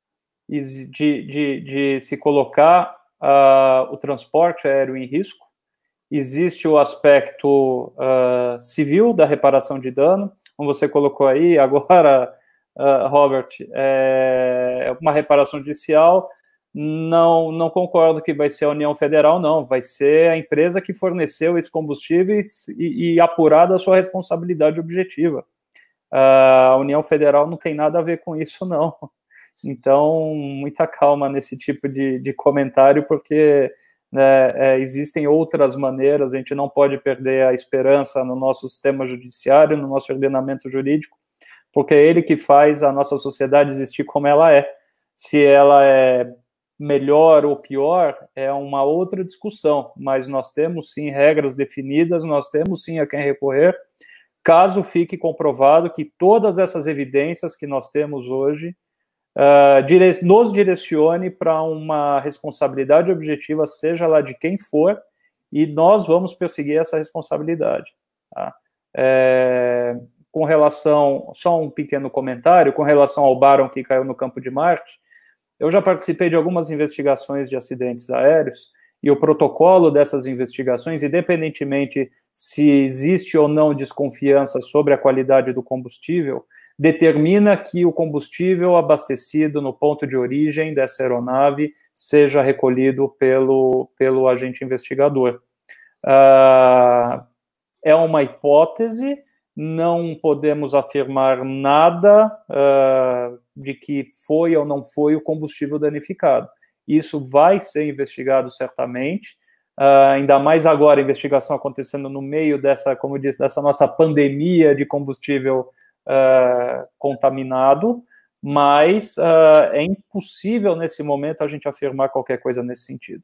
de se colocar o transporte aéreo em risco. Existe o aspecto civil da reparação de dano, como você colocou aí agora, Robert, uma reparação judicial. Não concordo que vai ser a União Federal, não. Vai ser a empresa que forneceu esses combustíveis e apurada a sua responsabilidade objetiva. A União Federal não tem nada a ver com isso, não. Então, muita calma nesse tipo de comentário, porque existem outras maneiras. A gente não pode perder a esperança no nosso sistema judiciário, no nosso ordenamento jurídico, porque é ele que faz a nossa sociedade existir como ela é. Se ela é melhor ou pior, é uma outra discussão, mas nós temos sim regras definidas, nós temos sim a quem recorrer, caso fique comprovado que todas essas evidências que nós temos hoje nos direcione para uma responsabilidade objetiva, seja lá de quem for, e nós vamos perseguir essa responsabilidade. Tá? Com relação, só um pequeno comentário, com relação ao Barron que caiu no campo de Marte, eu já participei de algumas investigações de acidentes aéreos, e o protocolo dessas investigações, independentemente se existe ou não desconfiança sobre a qualidade do combustível, determina que o combustível abastecido no ponto de origem dessa aeronave seja recolhido pelo agente investigador. É uma hipótese, não podemos afirmar nada de que foi ou não foi o combustível danificado. Isso vai ser investigado certamente, ainda mais agora, a investigação acontecendo no meio dessa, como eu disse, dessa nossa pandemia de combustível contaminado, mas é impossível nesse momento a gente afirmar qualquer coisa nesse sentido.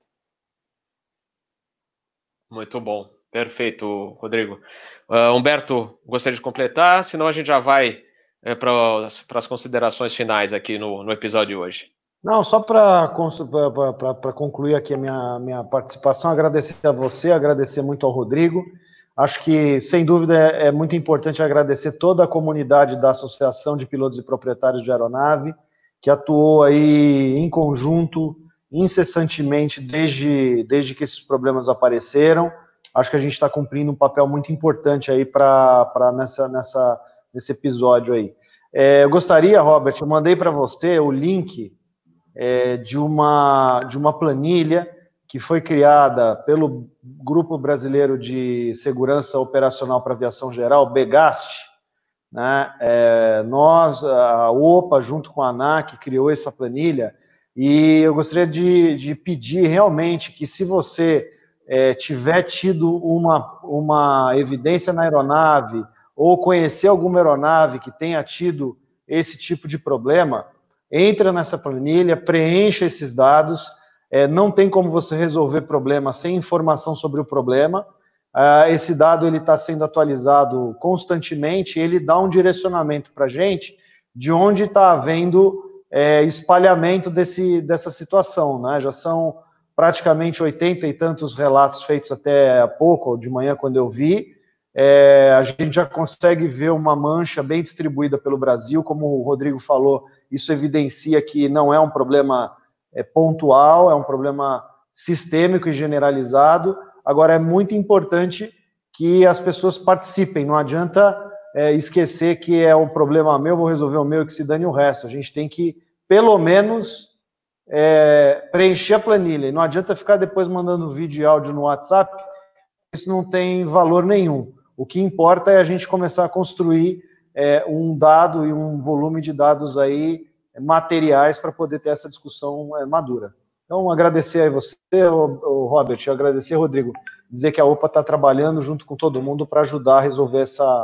Muito bom, perfeito, Rodrigo. Humberto, gostaria de completar, senão a gente já vai para as considerações finais aqui no episódio de hoje. Não, só para concluir aqui a minha participação, agradecer a você, agradecer muito ao Rodrigo. Acho que, sem dúvida, é muito importante agradecer toda a comunidade da Associação de Pilotos e Proprietários de Aeronave, que atuou aí em conjunto, incessantemente, desde que esses problemas apareceram. Acho que a gente está cumprindo um papel muito importante aí nesse episódio aí. Eu gostaria, Robert, eu mandei para você o link de uma planilha que foi criada pelo Grupo Brasileiro de Segurança Operacional para Aviação Geral, BEGAST, né? A OPA, junto com a ANAC, criou essa planilha, e eu gostaria de pedir realmente que, se você tiver tido uma evidência na aeronave, ou conhecer alguma aeronave que tenha tido esse tipo de problema, entra nessa planilha, preencha esses dados. Não tem como você resolver problema sem informação sobre o problema. Esse dado está sendo atualizado constantemente, ele dá um direcionamento para a gente de onde está havendo espalhamento dessa situação, né? Já são praticamente 80 e tantos relatos feitos até há pouco, de manhã, quando eu vi. A gente já consegue ver uma mancha bem distribuída pelo Brasil, como o Rodrigo falou, isso evidencia que não é um problema pontual, é um problema sistêmico e generalizado. Agora, é muito importante que as pessoas participem, não adianta esquecer que é um problema meu, vou resolver o meu e que se dane o resto. A gente tem que, pelo menos, preencher a planilha. E não adianta ficar depois mandando vídeo e áudio no WhatsApp, isso não tem valor nenhum. O que importa é a gente começar a construir um dado e um volume de dados aí materiais para poder ter essa discussão madura. Então, agradecer a você, Robert, agradecer, Rodrigo, dizer que a OPA está trabalhando junto com todo mundo para ajudar a resolver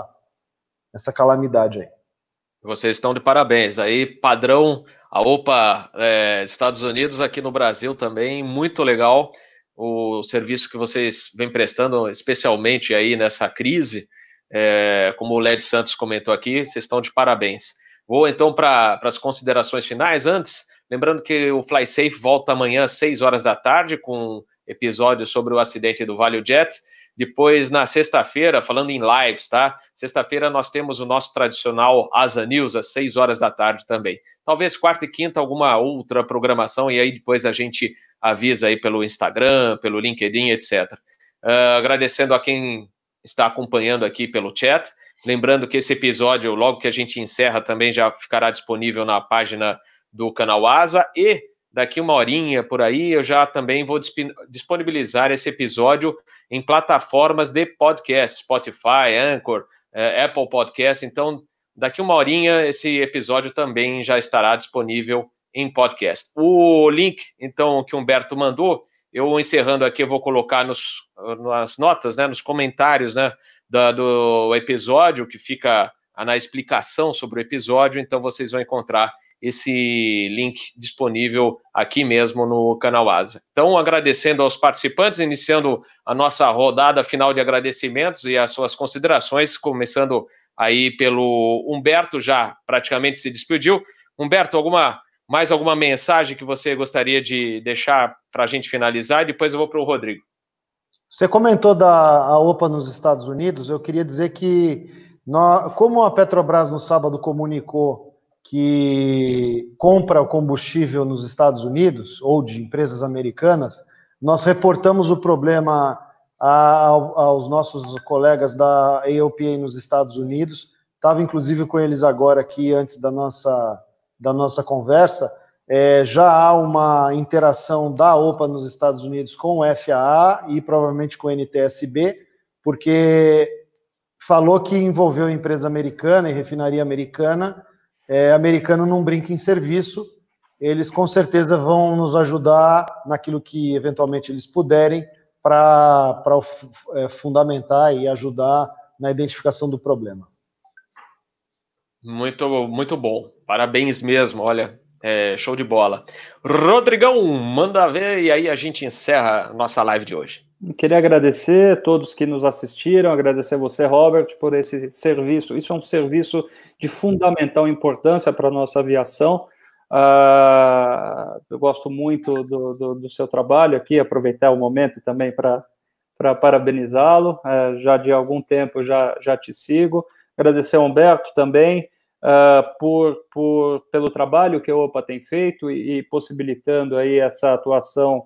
essa calamidade aí. Vocês estão de parabéns. Aí, padrão, a OPA Estados Unidos, aqui no Brasil também, muito legal o serviço que vocês vêm prestando, especialmente aí nessa crise, como o Led Santos comentou aqui, vocês estão de parabéns. Vou então para as considerações finais. Antes, lembrando que o FlySafe volta amanhã às 6 horas da tarde com um episódio sobre o acidente do ValueJet. Depois, na sexta-feira, falando em lives, tá? Sexta-feira nós temos o nosso tradicional Asa News às 6 horas da tarde também. Talvez quarta e quinta alguma outra programação e aí depois a gente avisa aí pelo Instagram, pelo LinkedIn, etc. Agradecendo a quem está acompanhando aqui pelo chat. Lembrando que esse episódio, logo que a gente encerra, também já ficará disponível na página do canal Asa e daqui uma horinha por aí eu já também vou disponibilizar esse episódio em plataformas de podcast, Spotify, Anchor, Apple Podcast. Então, daqui uma horinha esse episódio também já estará disponível em podcast. O link, então, que o Humberto mandou, eu encerrando aqui, eu vou colocar nas notas, né, nos comentários, né, do episódio, que fica na explicação sobre o episódio, então vocês vão encontrar esse link disponível aqui mesmo no canal Asa. Então, agradecendo aos participantes, iniciando a nossa rodada final de agradecimentos e as suas considerações, começando aí pelo Humberto, já praticamente se despediu. Humberto, mais alguma mensagem que você gostaria de deixar para a gente finalizar? E depois eu vou para o Rodrigo. Você comentou da OPA nos Estados Unidos, eu queria dizer que, como a Petrobras no sábado comunicou que compra o combustível nos Estados Unidos, ou de empresas americanas, nós reportamos o problema aos nossos colegas da AOPA nos Estados Unidos, estava inclusive com eles agora aqui, antes da nossa conversa. Já há uma interação da OPA nos Estados Unidos com o FAA e provavelmente com o NTSB, porque falou que envolveu empresa americana e refinaria americana. Americano não brinca em serviço, eles com certeza vão nos ajudar naquilo que eventualmente eles puderem para fundamentar e ajudar na identificação do problema. Muito, muito bom. Parabéns mesmo, olha, show de bola. Rodrigão, manda ver e aí a gente encerra a nossa live de hoje. Queria agradecer a todos que nos assistiram, agradecer a você, Robert, por esse serviço. Isso é um serviço de fundamental importância para a nossa aviação. Eu gosto muito do seu trabalho aqui, aproveitar o momento também para parabenizá-lo. Já de algum tempo já te sigo. Agradecer ao Humberto também pelo trabalho que a OPA tem feito e possibilitando aí essa atuação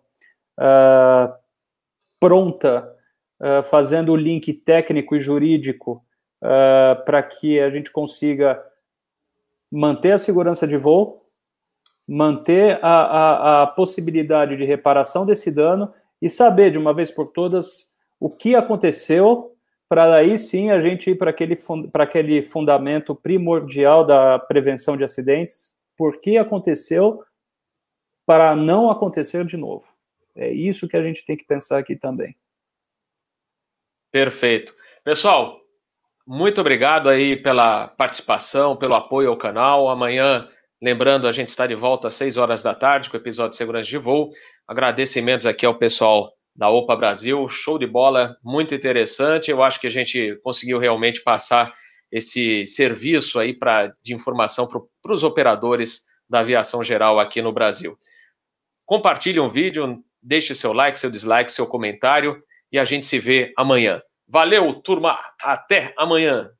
pronta, fazendo o link técnico e jurídico para que a gente consiga manter a segurança de voo, manter a possibilidade de reparação desse dano e saber de uma vez por todas o que aconteceu, para aí sim a gente ir para aquele fundamento primordial da prevenção de acidentes, por que aconteceu, para não acontecer de novo. É isso que a gente tem que pensar aqui também. Perfeito. Pessoal, muito obrigado aí pela participação, pelo apoio ao canal. Amanhã, lembrando, a gente está de volta às 6 horas da tarde com o episódio de Segurança de Voo. Agradecimentos aqui ao pessoal da OPA Brasil, show de bola, muito interessante. Eu acho que a gente conseguiu realmente passar esse serviço aí de informação para os operadores da aviação geral aqui no Brasil. Compartilhe um vídeo, deixe seu like, seu dislike, seu comentário e a gente se vê amanhã. Valeu, turma! Até amanhã!